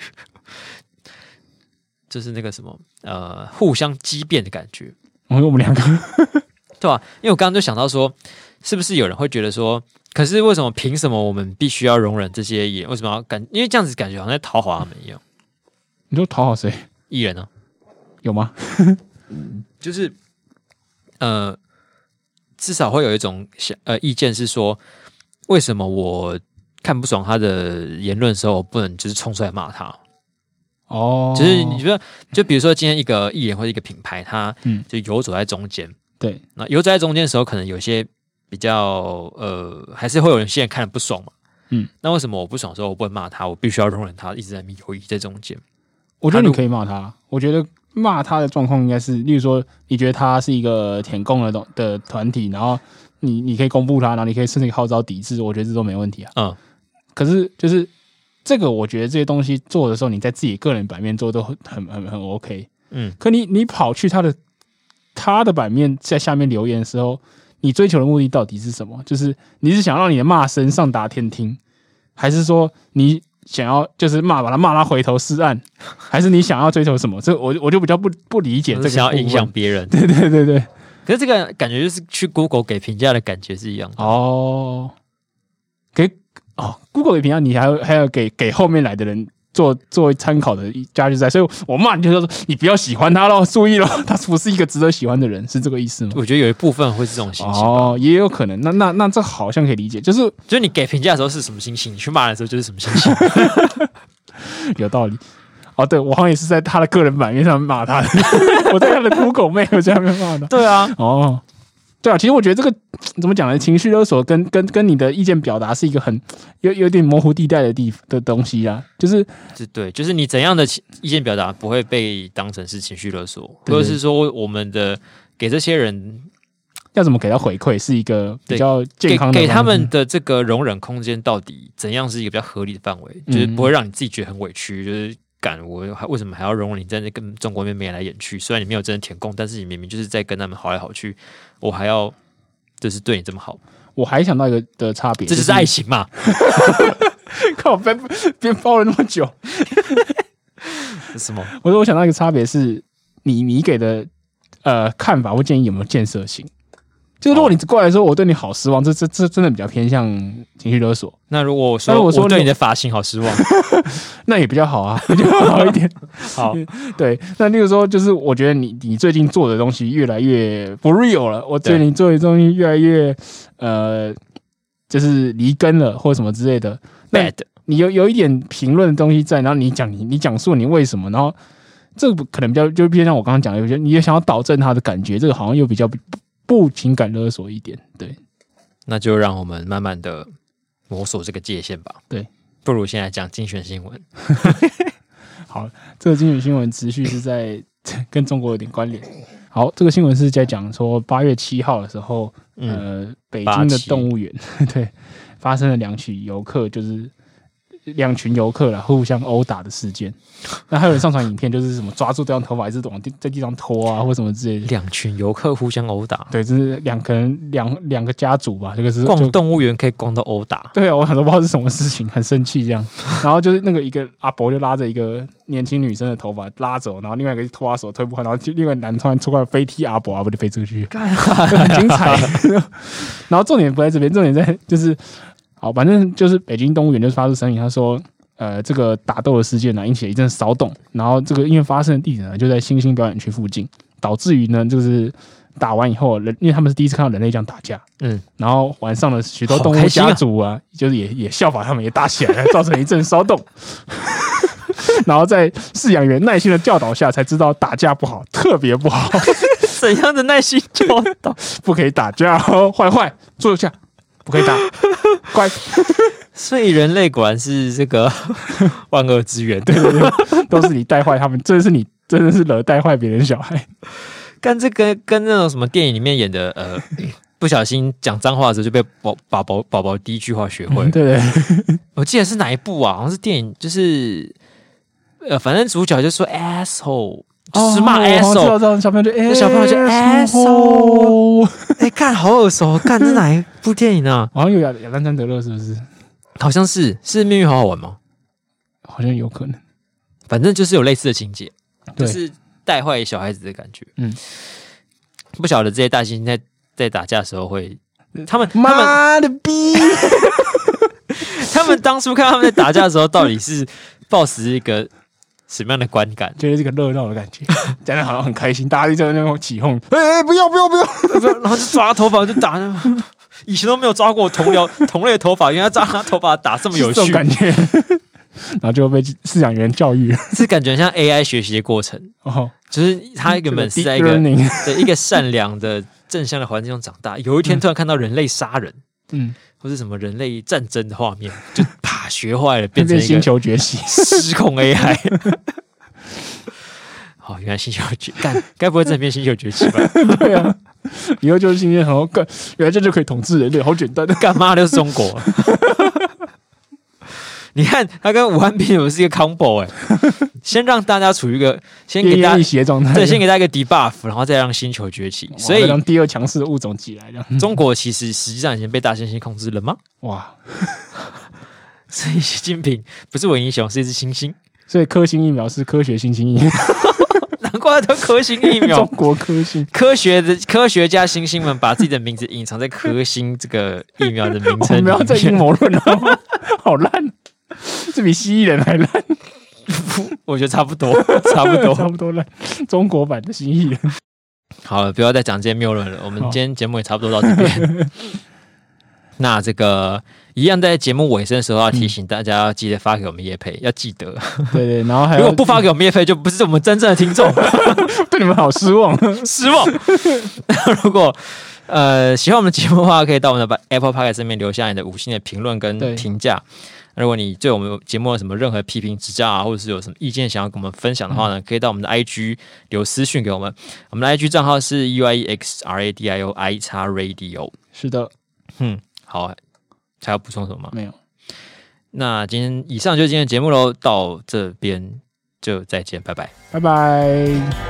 就是那个什么，呃，互相激辩的感觉。 因为我们两个， 对吧、啊？因为我刚刚就想到说，是不是有人会觉得说，可是为什么凭什么我们必须要容忍这些艺人？为什么要感？因为这样子感觉好像在讨好他们一样。 你说讨好谁？ 艺人呢、啊？ 有吗？ 就是呃，至少会有一种呃意见是说，为什么我看不爽他的言论的时候，我不能就是冲出来骂他？哦，就是你觉得，就比如说今天一个艺人或者一个品牌，他就游走在中间、嗯， 对， 那游走在中间的时候，可能有些比较呃，还是会有些人看得不爽嘛，嗯，那为什么我不爽的时候，我不能骂他，我必须要容忍他一直在游移在中间？ 我觉得你可以骂他，我觉得骂他的状况应该是，例如说，你觉得他是一个舔共的的团体，然后你你可以公布他，然后你可以甚至号召抵制，我觉得这都没问题啊，嗯，可是就是。这个我觉得这些东西做的时候，你在自己个人版面做都很很很很 OK， 嗯，可你你跑去他的他的版面在下面留言的时候，你追求的目的到底是什么？就是你是想让你的骂声上达天听，还是说你想要就是骂把他骂他回头是岸，还是你想要追求什么？这我我就比较不不理解这个想要影响别人， 对对对对。 可是这个感觉就是去 Google 给评价的感觉是一样的哦，给。哦 ，Google 的评价你还要还要给给后面来的人做作为参考的价值在，所以我骂你就是说你不要喜欢他咯，注意咯，他不是一个值得喜欢的人，是这个意思吗？ 我觉得有一部分会是这种心情哦，也有可能。那那那这好像可以理解，就是就是你给评价的时候是什么心情，你去骂的时候就是什么心情， 有道理。哦，对，我好像也是在他的个人版面上骂他的，我在他的 Google 妹我在那边骂的。 对啊， 哦。对啊，其实我觉得这个怎么讲呢？情绪勒索跟跟跟你的意见表达是一个很有有点模糊地带的地的东西啊，就是对，就是你怎样的意见表达不会被当成是情绪勒索，或者是说我们的给这些人要怎么给他回馈，是一个比较健康的给给他们的这个容忍空间，到底怎样是一个比较合理的范围，就是不会让你自己觉得很委屈，就是干我为什么还要容忍你在那跟中国妹妹来演去？虽然你没有真的舔共，但是你明明就是在跟他们好来好去。我还要就是对你这么好， 我还想到一个的差别， 这就是爱情嘛！ 靠，别别包了那么久， 什么？ 我说我想到一个差别是，你你给的呃看法或建议有没有建设性？就是如果你过来说我对你好失望，这这这真的比较偏向情绪勒索。 那如果我说我对你的发型好失望， 那也比较好啊，比较好一点。 好， 对。那例如说，就是我觉得你你最近做的东西越来越不 real 了，我觉得你做的东西越来越呃，就是离根了或什么之类的。 Bad， 你有有一点评论的东西在，然后你讲你你讲述你为什么，然后这个可能比较就偏向我刚刚讲的，有些你也想要导正他的感觉，这个好像又比较不情感勒索一点。对， 那就让我们慢慢的摸索这个界限吧。 对， 不如先来讲精选新闻。 好，这个精选新闻持续是在跟中国有点关联。好，这个新闻是在讲说八月七号的时候，嗯、呃，北京的动物园对发生了两起游客就是两群游客啦互相殴打的事件。那还有人上传影片，就是什么抓住对方头发，还是往在地上拖啊，或什么之类的。 两群游客互相殴打， 对，这是两可能两两个家族吧。这个是逛动物园可以逛到殴打。 对啊，我很多不知道是什么事情，很生气这样。然后就是那个一个阿伯就拉着一个年轻女生的头发拉走，然后另外一个拖他手推不开，然后另外一个男突然突然飞踢阿伯，阿伯就飞出去，很精彩。然后重点不在这边，重点在就是好，反正就是北京动物园就发出声明，他说。呃，这个打斗的事件呢、啊，引起了一阵骚动。然后这个因为发生的地点呢，就在新兴表演区附近，导致于呢，就是打完以后，人因为他们是第一次看到人类这样打架，嗯，然后晚上的许多动物家族啊，啊就是也也效法他们也打起来了，造成一阵骚动。然后在饲养员耐心的教导下，才知道打架不好，特别不好。 怎样的耐心教导？ 不可以打架哦，坏坏，坐下。 不可以打，乖。 所以人类果然是这个万恶之源， 对对对，都是你带坏他们，真的是你真的是惹带坏别人小孩。 干这个跟那种什么电影里面演的呃。不小心讲脏话的时候就被宝宝宝宝宝第一句话学会、嗯。 对对， 我记得是哪一部啊？好像是电影，就是呃，反正主角就说 asshole， 就是骂 asshole，、 哦、小朋友就、欸、 小朋友就 asshole， 哎，看、欸、好耳熟，看这哪一部电影啊？ 好像有亚亚当·山德勒是不是？ 好像是，是《命运好好玩》吗？ 好像有可能， 反正就是有类似的情节，就是带坏小孩子的感觉。嗯，不晓得这些大猩猩在。在打架的时候会，他们妈的逼， 他们当初看他们在打架的时候，到底是抱持一个什么样的观感？ 觉得这个热闹的感觉，讲的好像很开心，大家就在那种起哄，哎、欸，不要不要不要， 然后就抓头发就打，以前都没有抓过同僚同类的头发，原来抓他头发打这么有趣， 这种感觉，然后就被饲养员教育， 是感觉像 A I 学习的过程哦，就是他原本是在一个对一个善良的。正向的环境中长大，有一天突然看到人类杀人，嗯，或是什么人类战争的画面，就啪学坏了，变成一个星球崛起失控 A I。好、哦，原来星球崛干，该不会真的变星球崛起吧？ 对啊，以后就是星球好干，原来这就可以统治人类，好简单的， 干嘛就是中国。你看，他跟武汉病毒是一个 combo 哎、欸，先让大家处于一个先给大家状态， 对，先给大家一个 debuff， 然后再让星球崛起，所以让第二强势的物种起来。 中国其实实际上已经被大猩猩控制了吗？哇！所以习近平不是伪英雄，是一只猩猩。 所以科兴疫苗是科学猩猩疫苗， 难怪叫科兴疫苗。 中国科兴， 科学的科学家猩猩们把自己的名字隐藏在科兴这个疫苗的名称里面。 我们要再阴谋论了，好烂。这比蜥蜴人还烂， 我觉得差不多，差不多， 差不多烂。中国版的蜥蜴人。 好了，不要再讲这些谬论了。我们今天节目也差不多到这边。那这个一样，在节目尾声的时候要提醒大家，要记得发给我们业配，要记得。 对对，然后还如果不发给我们业配，就不是我们真正的听众， 对你们好失望， 失望。如果呃喜欢我们的节目的话，可以到我们的 Apple Podcast 上面留下你的五星的评论跟评价。如果你对我们节目有什么任何批评指教啊，或者是有什么意见想要跟我们分享的话呢，嗯、可以到我们的 I G 留私讯给我们。我们的 I G 账号是 U I E X R A D I O I X Radio。 是的， 嗯，好、啊，还要补充什么吗？ 没有。 那今天以上就是今天的节目喽，到这边就再见，拜拜， 拜拜。